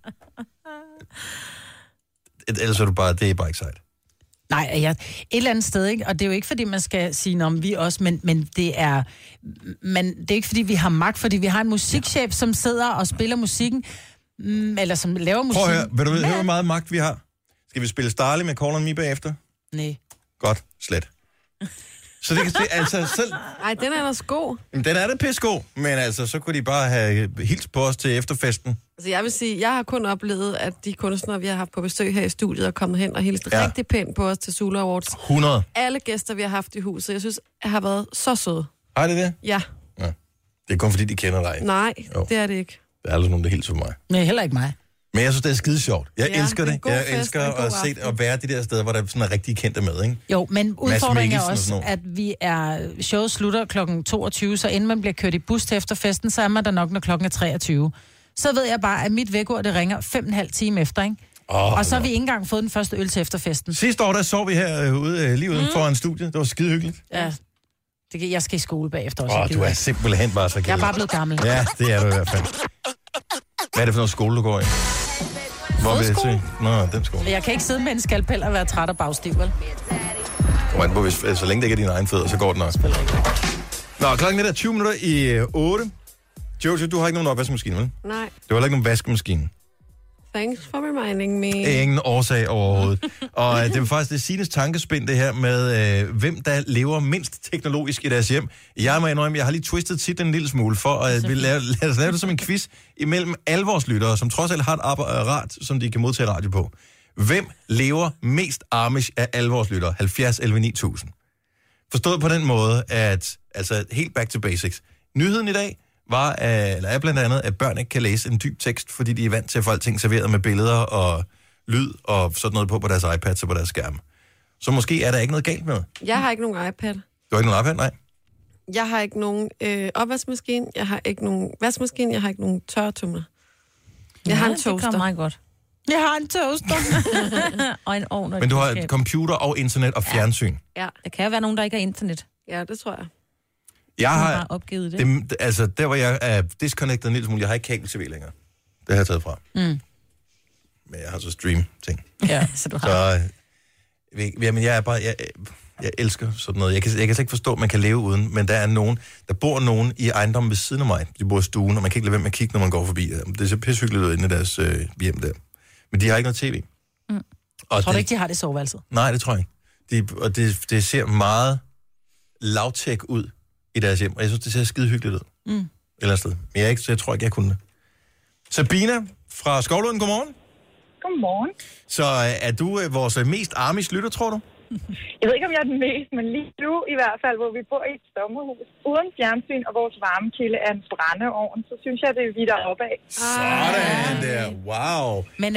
ellers er du bare, det er bare ikke sejt. Nej, et eller andet sted, ikke? Og det er jo ikke, fordi man skal sige, om vi også, men det er ikke, fordi vi har magt, fordi vi har en musikchef, som sidder og spiller musikken, eller som laver musik. Prøv at høre, vil du høre, hvor meget magt vi har? Skal vi spille Starly med Call on Me bagefter? Nej. Godt, slet. Så det kan se, altså selv... Ej, den er ellers god. Jamen, den er da pissegod, men altså, så kunne de bare have hilst på os til efterfesten. Altså, jeg vil sige, jeg har kun oplevet, at de kunstnere, vi har haft på besøg her i studiet, er kommet hen og hilst rigtig pænt på os til Zulu Awards. 100. Alle gæster, vi har haft i huset, jeg synes, har været så søde. Har det det? Ja. Det er kun fordi, de kender dig. Nej, det er det ikke. Der er aldrig nogen, der hilser for mig. Nej, heller ikke mig. Men jeg synes, det er skide sjovt. Jeg elsker det. Jeg elsker at se og være de der steder, hvor der sådan er rigtig kendte med, ikke? Jo, men udfordringen er også, at showet slutter kl. 22, så inden man bliver kørt i bus til efterfesten, så er man der nok, når klokken er 23. Så ved jeg bare, at mit vækord, det ringer 5,5 timer efter, ikke? Og så har vi ikke engang fået den første øl til efterfesten. Sidste år, der sov vi herude, lige uden foran studiet. Det var skide hyggeligt. Ja. Jeg skal i skole bagefter også. Du er simpelthen bare så kedelig. Jeg er bare blevet gammel. Ja, det er du i hvert fald. Hvad er det for noget skole, du går i? Hvor vil jeg se? Nå, den skole. Jeg kan ikke sidde med en skalpel og være træt og bagstiv, vel? Så længe det ikke er dine egne fødder, så går den også. Nå, klokken er 20 minutter i 8. Jojo, du har ikke nogen opvaskemaskine, vel? Nej. Du har heller ikke nogen vaskemaskine. Thanks for reminding me. Ingen årsag overhovedet. Og det er faktisk det Signes tankespind, det her med, hvem der lever mindst teknologisk i deres hjem. Jeg må indrømme, jeg har lige twistet titlen en lille smule for, at vi lad os lave det som en quiz imellem alle vores lyttere, som trods alt har et apparat, som de kan modtage radio på. Hvem lever mest Amish af alle vores lyttere? 70 11 9000. Forstået på den måde, at altså helt back to basics. Nyheden i dag er blandt andet, at børn ikke kan læse en dyb tekst, fordi de er vant til at få alting serveret med billeder og lyd og sådan noget på deres iPads og på deres skærm. Så måske er der ikke noget galt med. Jeg har ikke nogen iPad. Du har ikke nogen iPad? Nej. Jeg har ikke nogen opvaskemaskine. Jeg har ikke nogen vaskemaskine. Jeg har ikke nogen tørretumler. Jeg har en toaster. Det kommer meget godt. Jeg har en toaster. Og en ovn. Men du har computer og internet og fjernsyn. Ja. Der kan jo være nogen, der ikke har internet. Ja, det tror jeg. Jeg har opgivet det. Altså, der hvor jeg er disconnected en lille smule, jeg har ikke kabel-tv længere. Det har jeg taget fra. Men jeg har så stream-ting. Ja, så du har. Jamen, jeg elsker sådan noget. Jeg kan slet ikke forstå, at man kan leve uden, men der bor nogen i ejendommen ved siden af mig. De bor i stuen, og man kan ikke lade være med at kigge, når man går forbi. Det ser pissehyggeligt ud inde i deres hjem der. Men de har ikke noget tv. Og tror du ikke, de har det i soveværelset? Nej, det tror jeg ikke. Det ser meget lavtæk ud i deres hjem, og jeg synes, det ser skide hyggeligt ud. Et eller andet sted. Men jeg tror ikke, jeg kunne det. Sabina fra Skovlund, godmorgen. Godmorgen. Så er du vores mest Amish lytter, tror du? Jeg ved ikke, om jeg er den mest, men lige nu i hvert fald, hvor vi bor i et sommerhus uden fjernsyn, og vores varmekilde er en brændeovn, så synes jeg, det er vi der opad. Sådan der. Wow. Men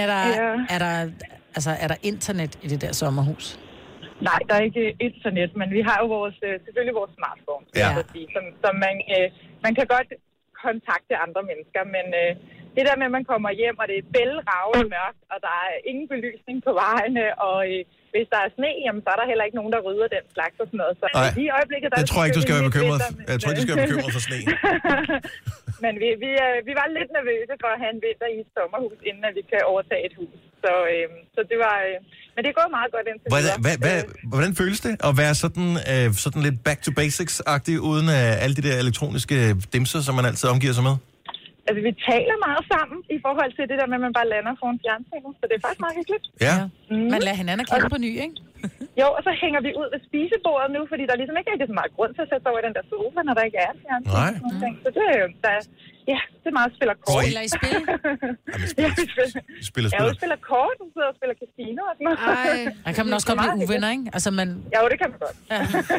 er der internet i det der sommerhus? Nej, der er ikke internet, men vi har jo selvfølgelig vores smartphone, som man kan godt kontakte andre mennesker, men det der med, at man kommer hjem, og det er bælragende mørkt, og der er ingen belysning på vejene, og hvis der er sne, jamen, så er der heller ikke nogen, der rydder den slags og sådan noget. Så i øjeblikket, der tror jeg ikke, du skal være bekymret. Jeg tror ikke, du skal være bekymret for sne. Men vi var lidt nervøse for at have en vinter i et sommerhus, inden at vi kan overtage et hus. Så det var... Men det er gået meget godt indtil videre. Hvordan føles det at være sådan lidt back to basics-agtig, uden alle de der elektroniske dimser, som man altid omgiver sig med? Altså, vi taler meget sammen i forhold til det der med, at man bare lander foran fjernsynet, så det er faktisk meget hyggeligt. Ja. Man lader hinanden kende på ny, ikke? Jo, og så hænger vi ud ved spisebordet nu, fordi der ligesom ikke er så meget grund til at sætte sig over i den der sofa, når der ikke er fjernsyn. Nej. Så det er meget spiller kort. Eller i spil? Vi spiller kort, og sidder og spiller casino og sådan noget. Der kan man også godt blive uvenner, ikke? Altså, Jo, det kan man godt. Ja.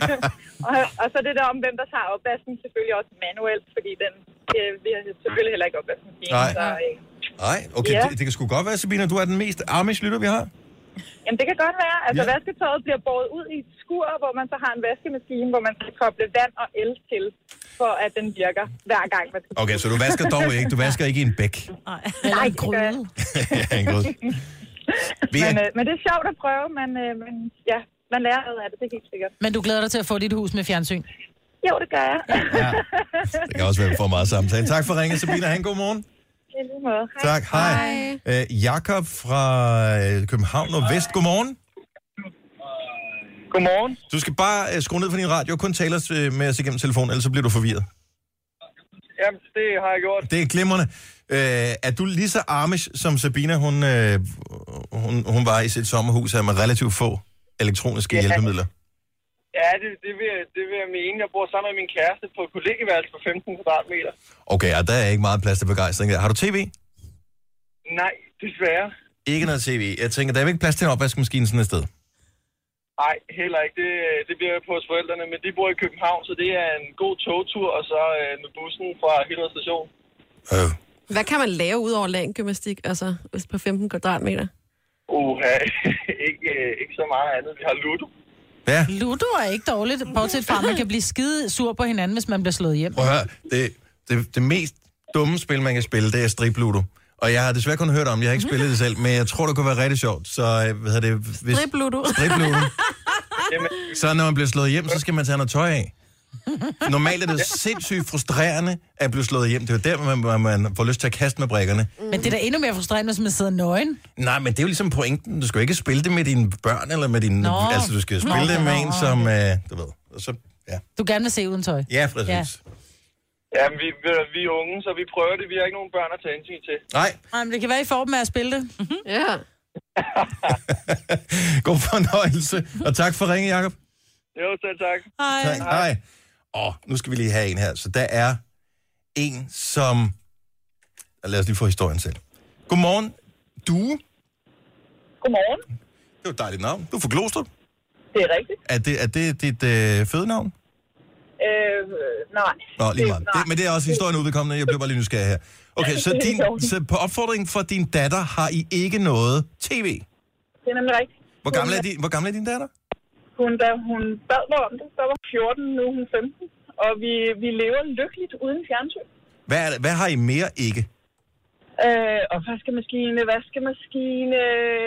og så det der om, hvem der tager opvasken, selvfølgelig også manuelt, fordi vi har selvfølgelig heller ikke opvaskemaskine. Nej, okay, det kan sgu godt være, Sabina, du er den mest Amish-lytter, vi har. Jamen, det kan godt være. Altså, vasketøjet bliver båret ud i et skur, hvor man så har en vaskemaskine, hvor man skal koble vand og el til, for at den virker hver gang. Okay, så du vasker dog ikke. Du vasker ikke i en bæk. Nej, en gryde. Ja, en gryde. Men det er sjovt at prøve, men man lærer noget af det, det er helt sikkert. Men du glæder dig til at få dit hus med fjernsyn? Jo, det gør jeg. Ja. Det kan også være, at vi får meget samtale. Tak for ringen, Sabina. Ha' en god morgen. I lige måde. Hej. Tak, hej. Jakob fra København Nordvest, godmorgen. Godmorgen. Du skal bare skrue ned for din radio og kun tale med os igennem telefonen, ellers så bliver du forvirret. Jamen, det har jeg gjort. Det er glimrende. Er du lige så Amish, som Sabina, hun var i sit sommerhus her med relativt få elektroniske hjælpemidler? Ja, det vil jeg mene. Jeg bor sammen med min kæreste på et kollegieværelse på 15 kvadratmeter. Okay, og der er ikke meget plads til begejstring. Har du tv? Nej, desværre. Ikke noget tv. Jeg tænker, der er ikke plads til en opvaskemaskine sådan et sted. Nej, heller ikke. Det bliver på hos forældrene, men de bor i København, så det er en god togtur, og så med bussen fra Hillerød station. Hvad kan man lave ud over laggymnastik, altså på 15 kvadratmeter? Ikke så meget andet. Vi har Ludo. Ja. Ludo er ikke dårligt, bortset fra, at man kan blive skide sur på hinanden, hvis man bliver slået hjem. Prøv at høre, det mest dumme spil, man kan spille, det er strip-ludo. Og jeg har desværre kun hørt om det, jeg har ikke spillet det selv, men jeg tror, det kunne være rigtig sjovt. Så, hvad hedder det? Strip-ludo. Strip-ludo. Så når man bliver slået hjem, så skal man tage noget tøj af. Normalt er det sindssygt frustrerende at blive slået hjem. Det er jo der, man får lyst til at kaste med brikkerne. Men det er da endnu mere frustrerende, hvis man sidder nøgen. Nej, men det er jo ligesom pointen. Du skal jo ikke spille det med dine børn, eller med dine... Altså, du skal spille det med en, som... du ved. Og så, ja. Du gerne vil se uden tøj. Ja, præcis. Ja. Jamen, vi er unge, så vi prøver det. Vi har ikke nogen børn at tage hensyn til. Nej, men det kan være, I får dem af at spille det. Ja. God fornøjelse. Og tak for ringen, Jakob. Jo, selv tak. Hej. Tak. Hej. Nu skal vi lige have en her. Så der er en, som... Lad os lige få historien selv. Godmorgen. Due. Godmorgen. Det er et dejligt navn. Du er fra Glostrup. Det er rigtigt. Er det dit fødenavn? Nej. Nå, lige meget. Men det er også historien udkommende. Jeg blev bare lige nysgerrig her. Okay, så på opfordring fra din datter har I ikke noget tv? Det er nemlig rigtigt. Hvor gammel er din datter? Da hun bad mig om det, der var 14, nu er hun 15. Og vi lever lykkeligt uden fjernsyn. Hvad har I mere ikke? Vaskemaskine.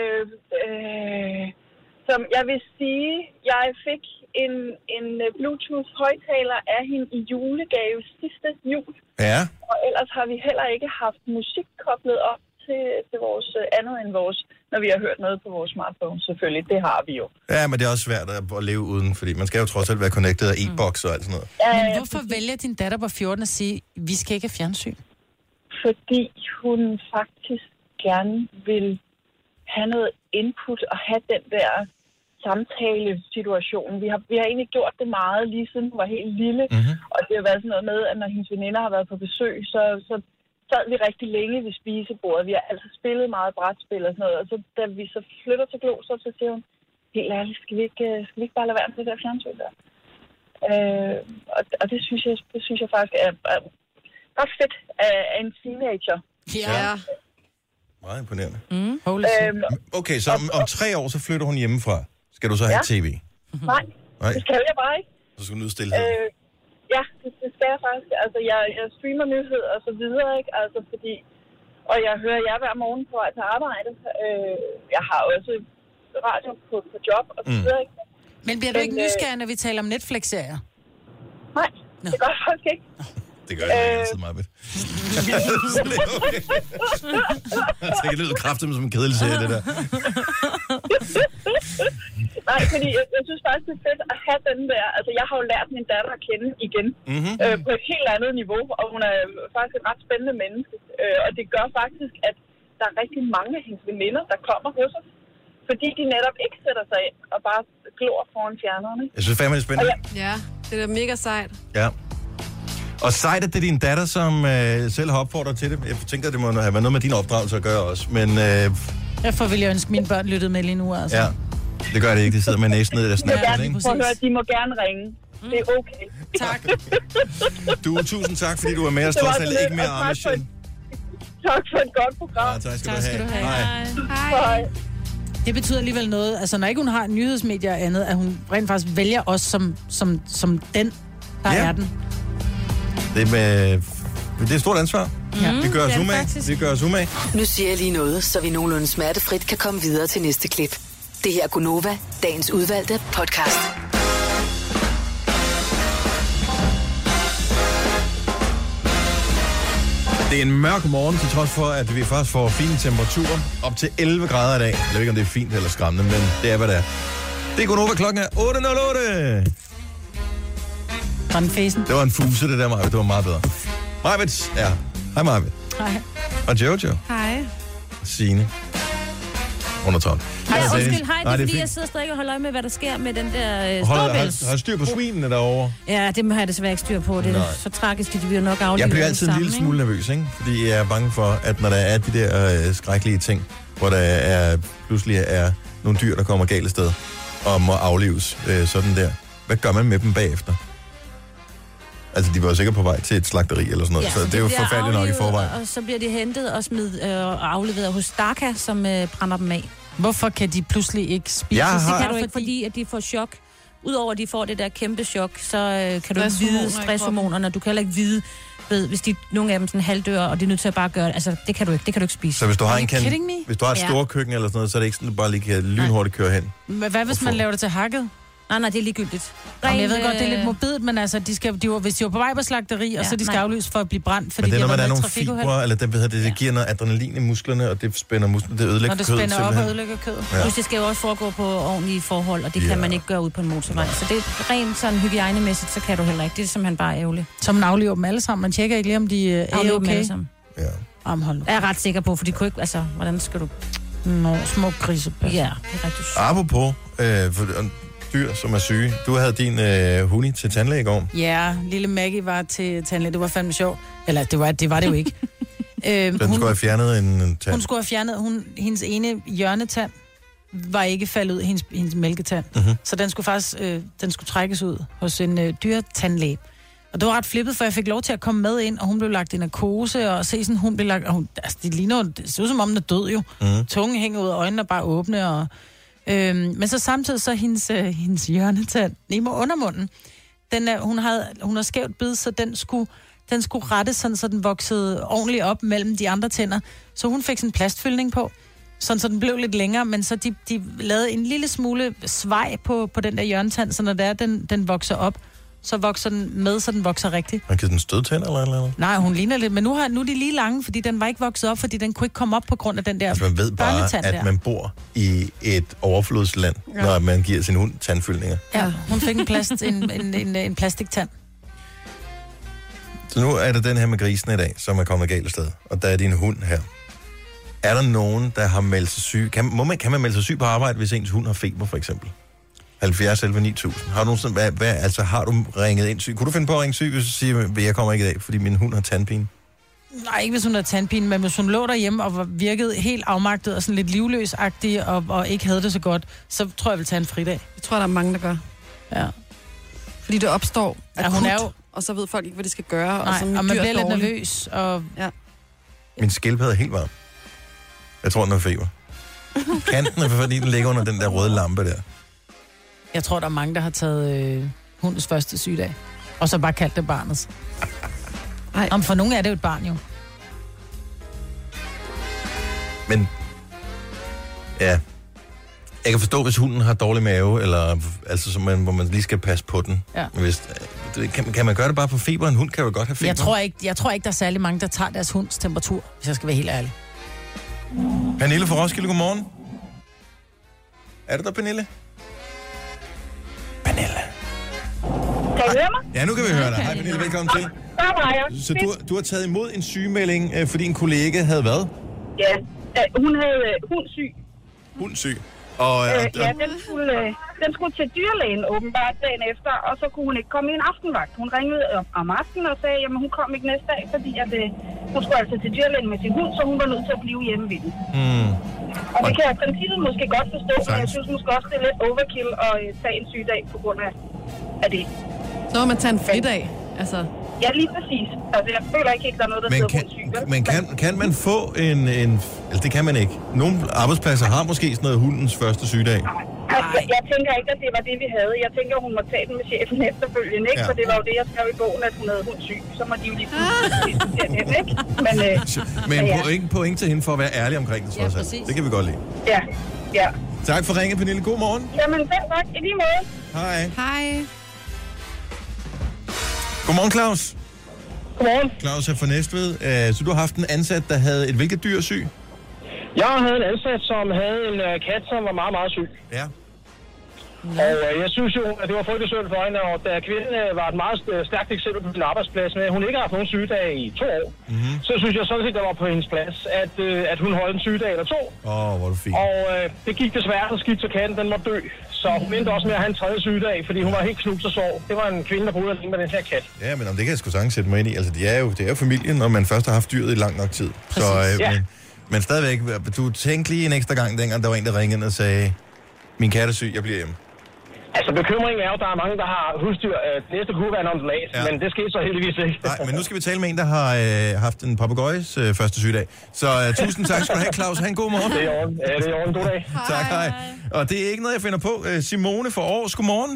Som jeg vil sige, jeg fik en Bluetooth-højtaler af hende i julegave sidste jul. Ja. Og ellers har vi heller ikke haft musik koblet op til vores andet end vores, når vi har hørt noget på vores smartphone, selvfølgelig. Det har vi jo. Ja, men det er også svært at leve uden, fordi man skal jo trods alt være connected af e-box og alt sådan noget. Men hvorfor vælger din datter på 14 at sige, vi skal ikke have fjernsyn? Fordi hun faktisk gerne vil have noget input og have den der samtale-situation. Vi har egentlig gjort det meget, lige siden hun var helt lille. Mm-hmm. Og det har været sådan noget med, at når hendes veninder har været på besøg, så sad vi rigtig længe ved spisebordet. Vi har altså spillet meget brætspil og sådan noget. Og så da vi så flytter til Glostrup, så siger hun, helt ærligt, skal vi ikke bare lade være med det der fjernsyn der? Og det synes jeg faktisk er ret fedt af en teenager. Ja. Meget imponerende. Okay, så om 3 år, så flytter hun hjemmefra. Skal du så have tv? Nej, det skal jeg bare ikke. Så skal du nyde stillhed. Ja, det skal jeg faktisk. Altså, jeg streamer nyheder og så videre, ikke? Altså, fordi... Og jeg hører jer hver morgen på at tage arbejde. Jeg har også radio på job og så videre, ikke? Men bliver du ikke nysgerrig, når vi taler om Netflix-serier? Nej, det gør jeg faktisk ikke. Det gør jeg ikke altid meget ved. Så det lyder kraftigt som en kedelig serie, det der. Nej, fordi jeg synes faktisk, det er fedt at have den der... Altså, jeg har jo lært min datter at kende igen. På et helt andet niveau, og hun er faktisk et ret spændende menneske. Og det gør faktisk, at der er rigtig mange af hendes veninder, der kommer hos os. Fordi de netop ikke sætter sig ind og bare glor foran fjernerne. Jeg synes fandme, det er spændende. Ja, det er mega sejt. Ja. Og sejt, at det er din datter, som selv har opfordret til det. Jeg tænker, det må have været noget med din opdragelse at gøre også. Men, derfor vil jeg ønske, at mine børn lyttede med lige nu. Altså. Ja, det gør det ikke. De sidder med næsen ned i deres snapchat, ikke? De må gerne ringe. Det er okay. Tak. Tusind tak, fordi du var med os. Trods alt ikke mere Armission. Tak for et godt program. Ja, tak skal du have. Hej. Det betyder alligevel noget, altså når ikke hun har nyhedsmedier og andet, at hun rent faktisk vælger os som den, der er den. Det er et stort ansvar. Ja. Vi gør os umage. Nu siger jeg lige noget, så vi nogenlunde smertefrit kan komme videre til næste klip. Det her er Gunova, dagens udvalgte podcast. Det er en mørk morgen, til trods for, at vi først får fine temperaturer. Op til 11 grader i dag. Jeg ved ikke, om det er fint eller skræmmende, men det er, hvad det er. Det er Gunova, klokken er 8.08. Grønfæsen. Det var en fuse, det der, Majbet. Det var meget bedre. Majbet, ja. Hej, Majbet. Hej. Og Jojo. Hej. Signe. Under 12. Hej, undskyld, hej, det er fordi, fint. jeg sidder stadig og holder øje med, hvad der sker med den der storbæls. Har styr på svinene derovre? Ja, det har jeg desværre ikke styr på. Det er så tragisk, at de bliver nok aflivet. Jeg bliver altid en sammen, lille smule nervøs, ikke? Fordi jeg er bange for, at når der er de der skrækkelige ting, hvor der er pludselig er nogle dyr, der kommer galt af sted og må aflives sådan der. Hvad gør man med dem bagefter? Altså, de var jo sikkert på vej til et slagteri eller sådan noget, Ja, så det er jo forfærdeligt nok i forvejen. Og så bliver de hentet og afleveret hos Daka, som brænder dem af. Hvorfor kan de pludselig ikke spise? Jeg Det har- kan du ikke, fordi at de får chok. Udover at de får det der kæmpe chok, så kan du ikke vide stresshormonerne. Du kan heller ikke vide, hvis de nogle af dem sådan halvdør, og de er nødt til at bare gøre det. Altså, det kan du ikke spise. Så hvis du har Are et stort køkken eller sådan noget, så er det ikke sådan, at du bare lige kan lynhurtigt køre hen. Hvad hvis man laver det til hakket? Nej, det er ligegyldigt. Jamen, jeg ved godt, det er lidt mobilt, men altså, hvis de var på vej på slagteri, og så de skal aflyse for at blive brændt, fordi Men det er, når de der har er været nogle trafikuheld. fibre, eller det giver noget adrenalin i musklerne, og det spænder musklerne, det ødelægger Når det kødet spænder op og simpelthen. ødelægger kødet. Ja. Plus, det skal jo også foregå på ordentlige forhold, og det kan man ikke gøre ud på en motorvej. Så det er rent sådan hygiejnemæssigt, så kan du heller ikke. Det er simpelthen bare ærgerligt. Så man aflever dem alle sammen. Man tjekker ikke lige, om de er Aflever dem okay. alle sammen. Ja. Hold. Jeg er ret sikker på, for de kunne ikke, altså, hvordan skal du... Nå, små grisebær. Ja, det er rigtig sygt. Apropos dyr, som er syge. Du havde din huni til tandlæge i går. Ja, lille Maggie var til tandlæge. Det var fandme sjovt. Eller det var det jo ikke. Den skulle have fjernet en tand. Hun skulle have fjernet, hendes ene hjørnetand var ikke faldet ud, hendes mælketand. Mhm. Så den skulle faktisk den skulle trækkes ud hos en dyretandlæge. Og det var ret flippet, for jeg fik lov til at komme med ind, og hun blev lagt i narkose, og se sådan, hun blev lagt... Altså, det ser ud som om, den er død jo. Tungen hænger ud af øjnene og bare åbne, og... men så samtidig så hendes hjørnetand, nede under munden, hun har skævt bid, så den skulle rette sådan, så den voksede ordentligt op mellem de andre tænder. Så hun fik sådan en plastfyldning på, sådan, så den blev lidt længere, men så de lavede en lille smule svej på den der hjørnetand, så når det er, den vokser op, så vokser den med, så den vokser rigtigt. Man kan den stødtænd eller noget? Nej, hun ligner lidt, men nu er de lige lange, fordi den var ikke vokset op, fordi den kunne ikke komme op på grund af den der Altså, man ved bare, at man bor i et overflodsland, når man giver sin hund tandfyldninger. Ja, hun fik en plastiktand. Så nu er det den her med grisen i dag, som er kommet galt af sted. Og der er din hund her. Er der nogen, der har meldt sig syg? Kan man melde sig syg på arbejde, hvis ens hund har feber, for eksempel? 70 11 9000. Har du har du ringet ind syg? Kunne du finde på at ringe syg, hvis du siger, at jeg kommer ikke i dag, fordi min hund har tandpine? Nej, ikke hvis hun har tandpine, men hvis hun lå derhjemme og virkede helt afmagtet og sådan lidt livløsagtig og ikke havde det så godt, så tror jeg vil tage en fridag. Det tror jeg, der er mange, der gør. Ja. Fordi det opstår akut, hun er jo... og så ved folk ikke, hvad de skal gøre. Nej, og man bliver lidt dårlig. nervøs. Og... Ja. Min skildpadde er helt varm. Jeg tror, den har feber. Kanten er, fordi den ligger under den der røde lampe der. Jeg tror, der er mange, der har taget hundens første sygedag, og så bare kaldt det barnets. Om for nogle er det jo et barn, jo. Men, ja. Jeg kan forstå, hvis hunden har dårlig mave, eller altså, hvor man lige skal passe på den. Ja. Hvis, kan man gøre det bare på feber? En hund kan jo godt have feber. Jeg tror ikke, der er særlig mange, der tager deres hunds temperatur, hvis jeg skal være helt ærlig. Pernille fra Roskilde, godmorgen. Er det der, Pernille? Pernille. Kan I høre mig? Ja, nu kan vi høre dig. Hej Pernille, velkommen til. Der var jeg. Så du har taget imod en sygemelding, fordi en kollega havde hvad? Ja, hun havde hundsyg. Hundsyg. Og, ja, den skulle til dyrlægen åbenbart dagen efter, og så kunne hun ikke komme i en aftenvagt. Hun ringede om aftenen og sagde, at hun kom ikke næste dag, fordi at, hun skulle altså til dyrlægen med sin hund, så hun var nødt til at blive hjemme ved den. Og det kan jeg i princippet måske godt forstå, men jeg synes måske også, det er lidt overkill at tage en sygedag på grund af det. Så må man tage en fridag, altså... Ja, lige præcis. Altså, jeg føler ikke, der er noget, der hedder hundsyg. Men kan man få en... Altså, det kan man ikke. Nogle arbejdspladser har måske sådan noget hundens første sygedag. Altså, jeg tænker ikke, at det var det, vi havde. Jeg tænker, hun må tage den med chefen efterfølgende, ikke? Ja. For det var jo det, jeg skrev i bogen, at hun havde hundsyg. Så må de jo lige diskutere det, ikke? Men point til hende for at være ærlig omkring det, trods alt. Det kan vi godt lide. Ja. Tak for ringet, Pernille. God morgen. Jamen, selv tak. I lige måde. Hej. Hej. Godmorgen, Claus. Godmorgen. Claus er fra Næstved. Så du har haft en ansat, der havde et hvilket dyr syg? Jeg havde en ansat, som havde en kat, som var meget, meget syg. Ja. Og jeg synes jo, at det var frygtelig synd for hende, og da kvinden var et meget stærkt eksempel på sin arbejdsplads med, at hun ikke har haft nogen sygedag i 2 år, så synes jeg sådan set, der var på hendes plads, at hun holdt en sygedag eller 2. Hvor er du fint. Og det gik desværre så skidt, så katten den måtte dø. Så hun endte også med at have en 3. sygedag, fordi hun var helt knust og sov. Det var en kvinde, der boede alene med den her kat. Ja, men om det kan jeg sgu sagtens sætte mig ind i. Altså, det er jo familien, når man først har haft dyret i lang nok tid. Så, men stadigvæk, du tænkte lige en ekstra gang, dengang der var en, der ringede og sagde, min kat er syg, jeg bliver hjemme. Altså, bekymringen er jo, at der er mange, der har husdyr. Det næste kunne være en ondulat, men det skete så heldigvis ikke. Nej, men nu skal vi tale med en, der har haft en papegøjes første sygedag. Så tusind tak skal du have, Claus. Ha' en god morgen. Det er i orden. Ja, det er i orden. God dag. Tak, hej. Og det er ikke noget, jeg finder på. Simone fra Aarhus, godmorgen.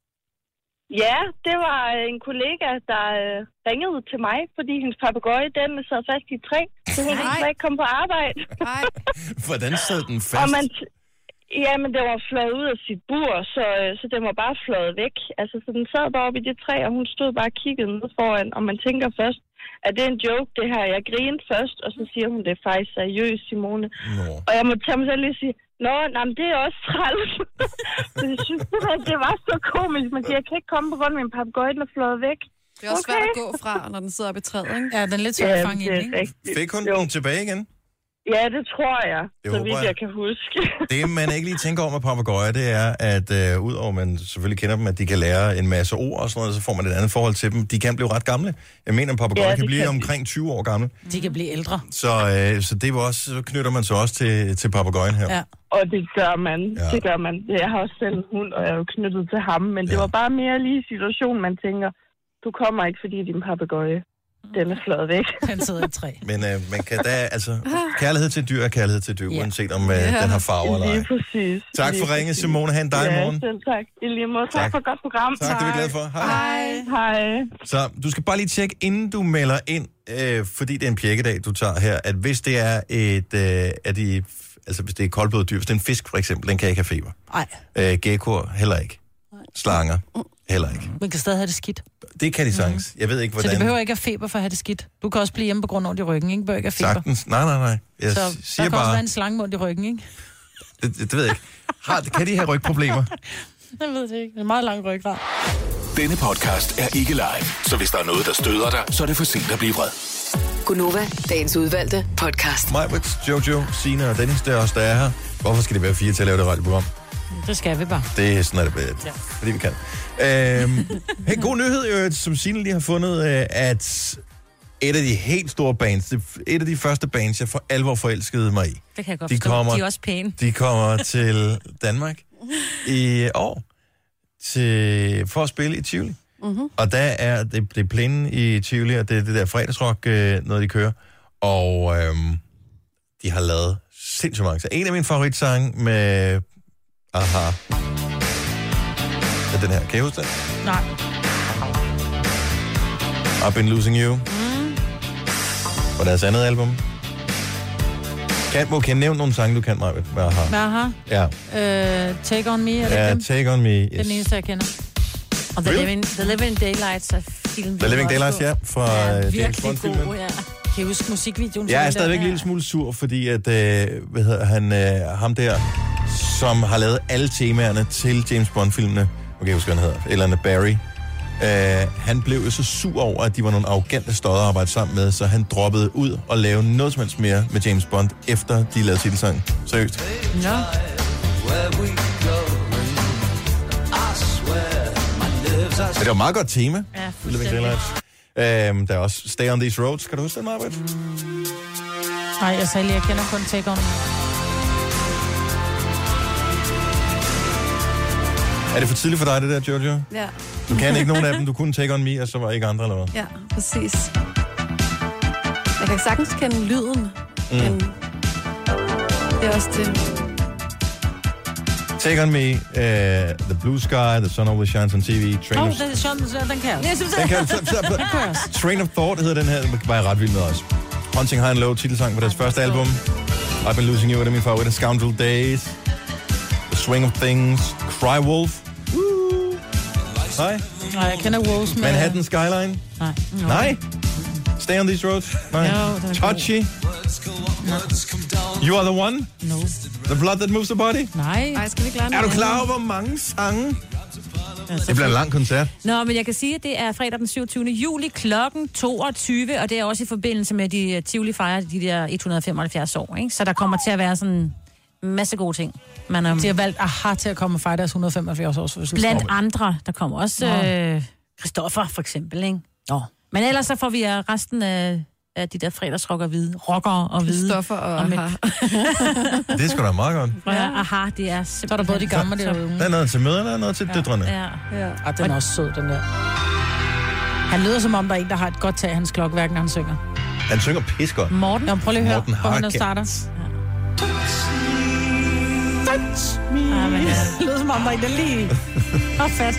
Ja, det var en kollega, der ringede til mig, fordi hendes papegøje, den sad fast i et træ, så hun kunne ikke komme på arbejde. Hvordan sad den fast? Jamen, det var fløjet ud af sit bur, så den var bare fløjet væk. Altså, så den sad bare oppe i det træ, og hun stod bare og kiggede ned foran, og man tænker først, at det er en joke, det her. Jeg grinede først, og så siger hun, det er faktisk seriøst, Simone. Og jeg må tage mig selv lige og sige, men det er også træls. Jeg synes, det var så komisk. Man siger, jeg kan ikke komme på grund af min papegøje, den er fløjet væk. Det er også svært at gå fra, når den sidder oppe i træet, ikke? Ja, den er lidt svært at fange ind, ikke? Fik hun den tilbage igen? Ja, det tror jeg, så vidt jeg kan huske. Det, man ikke lige tænker over med papegøjer, det er, at udover man selvfølgelig kender dem, at de kan lære en masse ord og sådan noget, så får man et andet forhold til dem. De kan blive ret gamle. Jeg mener, at papegøjer kan blive omkring 20 år gamle. De kan blive ældre. Så det var også, så knytter man så også til papegøjen her. Ja. Og det gør man. Ja. Det gør man. Jeg har også selv en hund, og jeg er jo knyttet til ham, men det var bare mere lige situationen, man tænker, du kommer ikke, fordi din papegøje, den er fløjet væk. Den sidder i træ. Men man kan da, altså, kærlighed til dyr er kærlighed til dyr, uanset om den har farver eller ej. Lige præcis. Tak for ringet, Simone. Ha' en dejlig morgen. Ja, selv tak. I lige måde. Tak for et godt program. Tak, det er vi glade for. Hej. Så du skal bare lige tjekke, inden du melder ind, fordi det er en pjekkedag, du tager her, at hvis det er hvis det er koldblodet dyr, hvis det er en fisk for eksempel, den kan ikke have feber. Nej. Geckoer heller ikke. Slanger heller ikke. Man kan stadig have det skidt. Det kan de sagtens. Jeg ved ikke, hvordan... Så det behøver ikke have feber for at have det skidt. Du kan også blive hjemme på grund af ondt i ryggen, ikke? Behøver ikke have feber. Sagtens. Nej. Jeg så siger der kan bare... også være en slange med ondt i ryggen, ikke? Det ved jeg ikke. Kan de have rygproblemer? Jeg ved det ikke. Det er en meget lang ryggrad. Denne podcast er ikke live, så hvis der er noget, der støder dig, så er det for sent at blive vred. Gunova, dagens udvalgte podcast. Majbert, Jojo, Signe og Dennis, det er også der er her. Hvorfor skal det være 4 til at lave det radioprogram? Det skal vi bare. Det er sådan, fordi vi kan. Hey, god nyhed, som Signe lige har fundet, at et af de helt store bands, et af de første bands, jeg for alvor forelskede mig i. Det kan jeg godt forstå. De er også pæne. De kommer til Danmark i år for at spille i Tivoli. Mm-hmm. Og der er det plæne i Tivoli, og det er det der fredagsrock, noget de kører. Og de har lavet sindssygt mange. Så en af mine favoritsange med Aha. Er den her. Kan I huske den? Nej. I've Been Losing You. Og deres andet album. Kan jeg nævne nogle sange, du kan, Maja? Med Aha. Med Aha? Ja. Take On Me, er det dem? Take On Me, yes. Den eneste, jeg kender. Og The Living Daylights er filmen. The Living Daylights, ja. Fra James Bond-filmen. God, ja. Kan I huske musikvideoen? Jeg er stadigvæk en lille smule sur, fordi at, ham der, som har lavet alle temaerne til James Bond-filmene, okay, jeg husker, han hedder, eller Barry, han blev jo så sur over, at de var nogle arrogante stodder at arbejde sammen med, så han droppede ud og lavede noget som helst mere med James Bond, efter de lavede titelsangen. Seriøst. Nå. Men det var et meget godt tema. Ja, fuldstændig. Der er også Stay on These Roads. Kan du huske den, Marvitt? Nej, jeg sagde lige, jeg kender kun Take On. Er det for tidligt for dig, det der, Jojo? Ja. Du kan ikke nogen af dem. Du kunne Take On Me, og så var ikke andre, eller hvad? Ja, præcis. Jeg kan sagtens kende lyden, men det er også det. Take On Me, The Blue Sky, The Sun Always Shines on TV, Den kan jeg. Train of Thought hedder den her, den var jeg ret vild med også. Hunting High and Low, titelsang på deres første album. I've Been Losing You, er det min favorit, Scoundrel Days. Swing of Things, Cry Wolf. Nej. Nej, jeg kender Wolves med... Manhattan Skyline. Nej. Nej. Stay on these roads. Nej. No, Touchy. No. You are the one. No. The blood that moves the body. Nej. Ej, skal vi ikke lade Er du klar over, hvor mange sange? Det bliver en lang koncert. Nå, men jeg kan sige, at det er fredag den 27. juli klokken 22, og det er også i forbindelse med, de Tivoli fejrer de der 175 år, ikke? Så der kommer til at være sådan en masse gode ting. De har valgt AHA til at komme og fejre deres 175 års fødselsdag. Blandt andre, der kommer også Christoffer for eksempel, ikke? Nå. Men ellers så får vi resten af de der fredagsrockere og hvide. Christoffer og AHA. Det er sgu da meget godt. Ja. Aha, det er simpelthen... Så er der både de gamle og de unge. Der er noget til møderne, og noget til døtrene. Ja. Og den er også sød, den der. Han lyder som om, der er en, der har et godt tag i hans klokkeværk, når han synger. Han synger pis godt. Morten? Jamen, prøv lige at høre, Morten hvor han Harket. starter. Touch me. Det lyder som om, der er en, der lige... Åh, fat.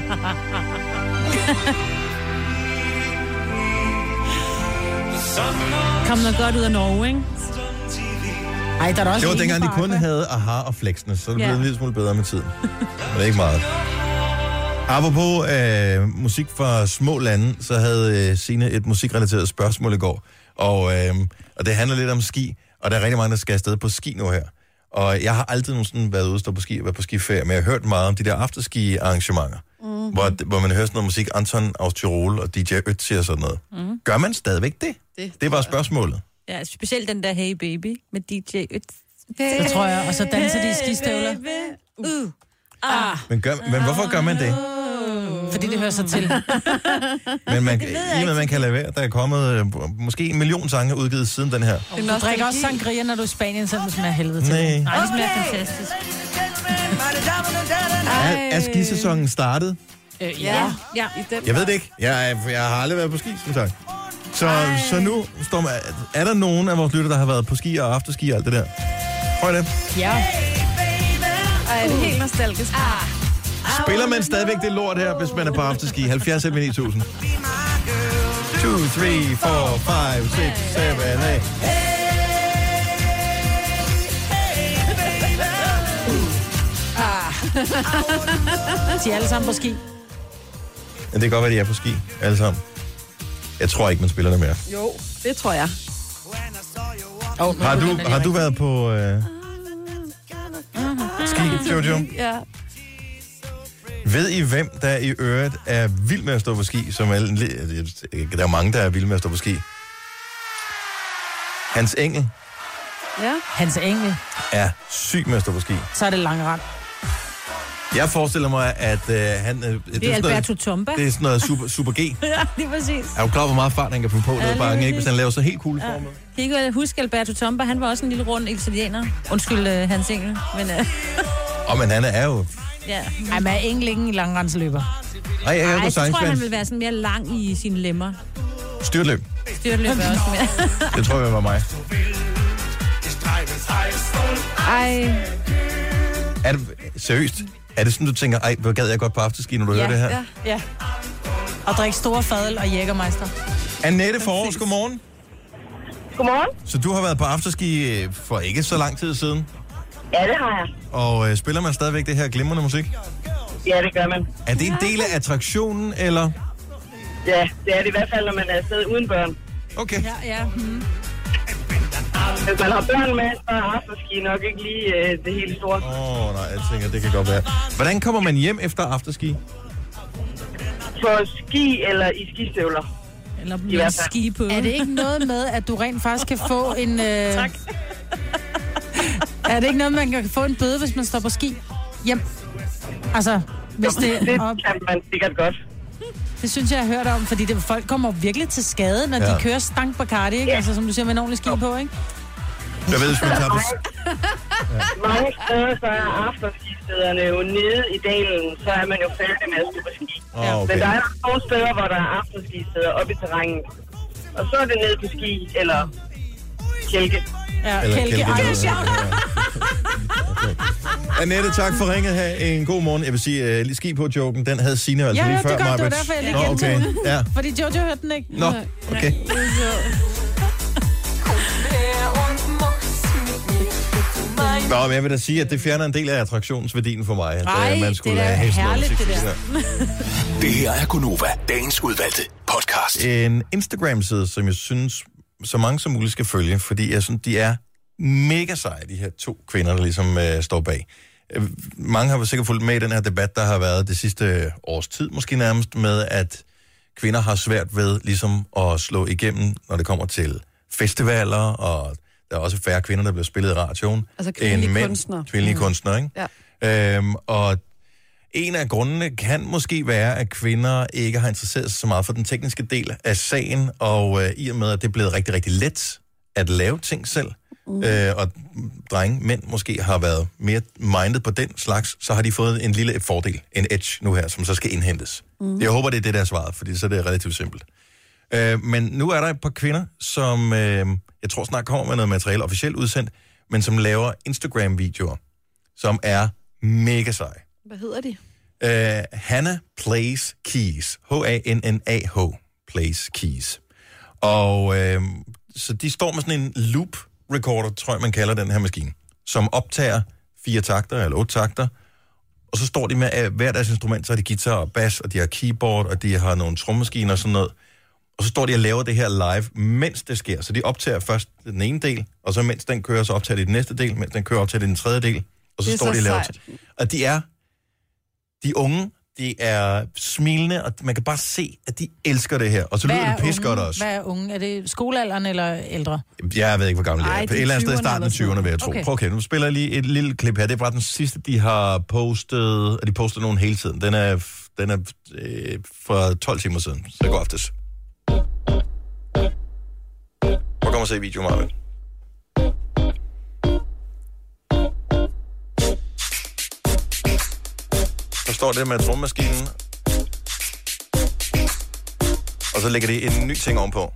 Kom noget godt ud af Norge, ikke? Ej, der er der også Det var dengang, de Farfar. kun havde AHA og Flexene, så det blev Ja. en lille smule bedre med tiden. Men det er ikke meget. Apropos musik fra små lande, så havde Signe et musikrelateret spørgsmål i går. Og det handler lidt om ski, og der er rigtig mange, der skal afsted på ski nu her. Og jeg har aldrig nogensinde været ude og stå på ski og været på skiferie, men jeg har hørt meget om de der afterski-arrangementer, hvor man hører sådan noget musik, Anton aus Tirol og DJ Ötzi og sådan noget. Gør man stadigvæk det? Det var spørgsmålet. Ja, specielt den der Hey Baby med DJ Det tror jeg. Og så danser de i skistøvler. Men hvorfor gør man det? Fordi det hører sig til. Men man, i og med, at man kan lade være, der er kommet måske 1 million sange udgivet siden den her. Du drikker også sangria, når du er i Spanien, selvom det smager helvede til. Nej. Nej, det smager fantastisk. Er skisæsonen startet? Ja. Jeg ved det ikke. Jeg har aldrig været på ski, som sagt. Så nu står man, er der nogen af vores lytter, der har været på ski og afterski og alt det der? Prøv det. Ja. Ej, det er helt nostalgisk. Spiller man stadigvæk det lort her, hvis man er på afterski? 70 9000. 2, 3, 4, 5, 6, 7, 8. De er alle sammen på ski. Men det kan godt være, de er på ski, alle sammen. Jeg tror ikke, man spiller det mere. Jo, det tror jeg. Har du været på ski, Jojo? Ja. Ved I, hvem der i øvrigt er vild med at stå på ski? Som der er mange, der er vilde med at stå på ski. Hans Engel Ja. Hans Engel. er syg med at stå på ski. Så er det langrand. Jeg forestiller mig, at han... Det er Alberto Tomba. Det er sådan noget super G. Ja, det er præcis. Er du klar, hvor meget fart han kan få på? Det er bare ikke, hvis han laver så helt cool formet. Kan I ikke huske Alberto Tomba? Han var også en lille rund italiener. Undskyld, Hans Engel. Men Men han er jo... ja. Ej, men er Engel ikke en langrendsløber? Ej, jeg kan gå Ej, så tror jeg, han science vil være sådan mere lang i sine lemmer. Styrtløb. Styrtløb er også mere. Det tror jeg var mig. Ej. Er det seriøst? Er det sådan, du tænker, ej, hvor gad jeg godt på afterski, når du hører det her? Ja. Ja. Og drikke store fadel og jægermeister. Annette Forårs, godmorgen. Godmorgen. Så du har været på afterski for ikke så lang tid siden, Ja, det har jeg. og spiller man stadigvæk det her glimrende musik? Ja, det gør man. Er det en del af attraktionen, eller? Ja, det er det i hvert fald, når man er afsted uden børn. Okay. Ja. Hvis man har børn med, så er afterski nok ikke lige det helt store. Nej, jeg tænker, det kan godt være. Hvordan kommer man hjem efter afterski? På ski eller i skistøvler. Eller I med hvert fald. ski på. Er det ikke noget med, at du rent faktisk kan få en... Tak. Er det ikke noget, man kan få en bøde, hvis man står på ski hjem? Altså, hvis det... Det Og kan man sikkert godt. det synes jeg, jeg har hørt om, fordi folk kommer virkelig til skade, når de kører stang Bacardi, ikke? Altså, som du siger, med en ordentlig ski på, ikke? Jeg ved, hvis man tager på... Mange steder, så er afterskistederne jo nede i dalen, så er man jo færdig med at stå på ski. Okay. Men der er nogle steder, hvor der er afterskisteder oppe i terrænet. Og så er det nede på ski eller kælke. Ja, Eller Kælke. kælke Ej, noget. sjovt. Okay. Annette, tak for ringet her. En god morgen. Jeg vil sige, lige ski på joken, den havde Signe altså Ja, lige det før. godt, det var Maj-Brit. derfor, jeg lige Nå, gentog okay. den. Ja. Fordi Jojo hørte den ikke. Nå, okay. Nå, men jeg vil da sige, at det fjerner en del af attraktionsværdien for mig. Ej, man skulle det er have sådan herligt, noget det der. Det her er Gonova, dagens udvalgte podcast. En Instagram-side, som jeg synes, så mange som muligt skal følge, fordi jeg synes, de er mega seje, de her 2 kvinder, der ligesom står bag. Mange har sikkert fulgt med i den her debat, der har været det sidste års tid, måske nærmest med, at kvinder har svært ved ligesom at slå igennem, når det kommer til festivaler, og der er også færre kvinder, der bliver spillet i radioen. Altså kvindelige kunstnere. Kvindelige kunstnere, ikke? Ja. Og en af grundene kan måske være, at kvinder ikke har interesseret sig så meget for den tekniske del af sagen, og i og med, at det er blevet rigtig, rigtig let at lave ting selv, og mænd måske har været mere minded på den slags, så har de fået en lille fordel, en edge nu her, som så skal indhentes. Jeg håber, det er det, der er svaret, fordi så er det relativt simpelt. Men nu er der et par kvinder, som jeg tror snart kommer med noget materiale officielt udsendt, men som laver Instagram-videoer, som er mega seje. Hvad hedder de? Hannah Plays Keys. H-A-N-N-A-H. Plays Keys. Og så de står med sådan en loop recorder, tror jeg, man kalder den her maskine, som optager 4 takter eller 8 takter, og så står de med hver deres instrument, så har de guitar og bass, og de har keyboard, og de har nogle trommemaskiner og sådan noget. Og så står de og laver det her live, mens det sker. Så de optager først den ene del, og så mens den kører, så optager de den næste del, mens den kører, optager de den tredje del, og så står de og laver det. Og de unge, de er smilende, og man kan bare se, at de elsker det her. Og så lyder det pissegodt også. Hvad er unge? Er det skolealderen eller ældre? Jeg ved ikke, hvor gammel det er. På et eller andet sted i starten af 20'erne, vil jeg tro. Okay. Prøv at nu spiller jeg lige et lille klip her. Det er bare den sidste, de har postet, og de poster nogen hele tiden. Den er fra 12 timer siden, så det går aftes. Prøv at komme og se videoen, Marvind. Så står det med trommemaskinen, og så lægger de en ny ting ovenpå.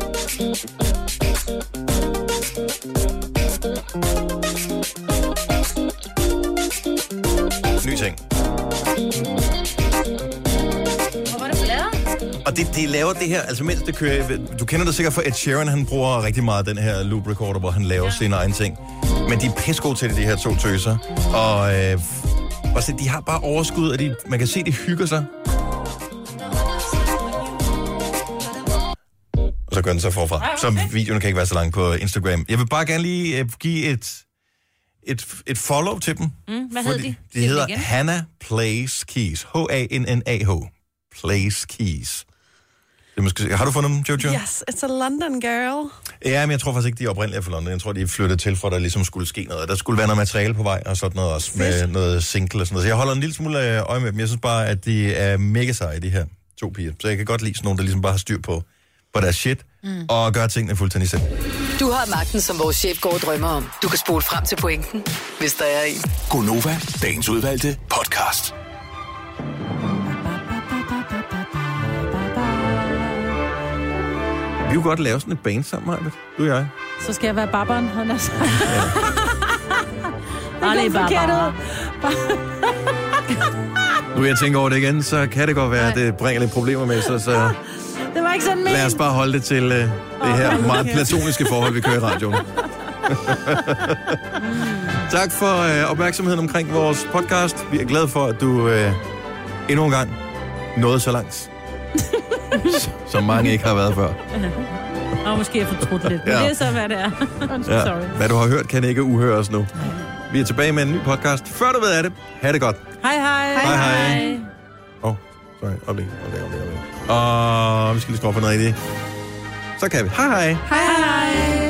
Ny ting. Og de laver det her, altså mens det kører, du kender det sikkert fra Ed Sheeran, han bruger rigtig meget den her loop recorder, hvor han laver sine egne ting. Men de er pissegode til det, de her 2 tøser. Og så de har bare overskud, og man kan se, de hygger sig. Og så gør den så forfra. Så videoen kan ikke være så lang på Instagram. Jeg vil bare gerne lige give et follow til dem. Hvad hedder de? De hedder Hannah Plays Keys. H-A-N-N-A-H. Plays Keys. Har du fundet dem, Jojo? Yes, it's a London girl. Ja, men jeg tror faktisk ikke, de er oprindelige fra London. Jeg tror, de er flyttet til, for at der ligesom skulle ske noget. Der skulle være noget materiale på vej, og sådan noget også, med noget single og sådan noget. Så jeg holder en lille smule øje med dem. Jeg synes bare, at de er mega seje, de her 2 piger. Så jeg kan godt lide sådan nogen, der ligesom bare har styr på deres shit, og gør tingene fuldstændig selv. Du har magten, som vores chef går og drømmer om. Du kan spole frem til pointen, hvis der er en. Gonova, dagens udvalgte podcast. Vi kunne godt lave sådan et band sammen, Marvind. Du og jeg. Så skal jeg være barbaren, han er så. Alle barbaren. Nu jeg tænker over det igen, så kan det godt være, at det bringer lidt problemer med sig, så Det var ikke sådan ment. lad os bare holde det til det her meget platoniske forhold, vi kører i radioen. Tak for opmærksomheden omkring vores podcast. Vi er glade for, at du endnu en gang nåede så langt, som mange ikke har været før. Og måske har fortrudt lidt. Men Ja. det er så, hvad det er. Ja. Sorry. Hvad du har hørt, kan ikke uhøres nu. Vi er tilbage med en ny podcast. Før du ved af det, ha' det godt. Hej, hej. Hej. Sorry. Oplæg. Og vi skal lige skrue på noget rigtigt. Så kan vi. Hej hej. Hej hej.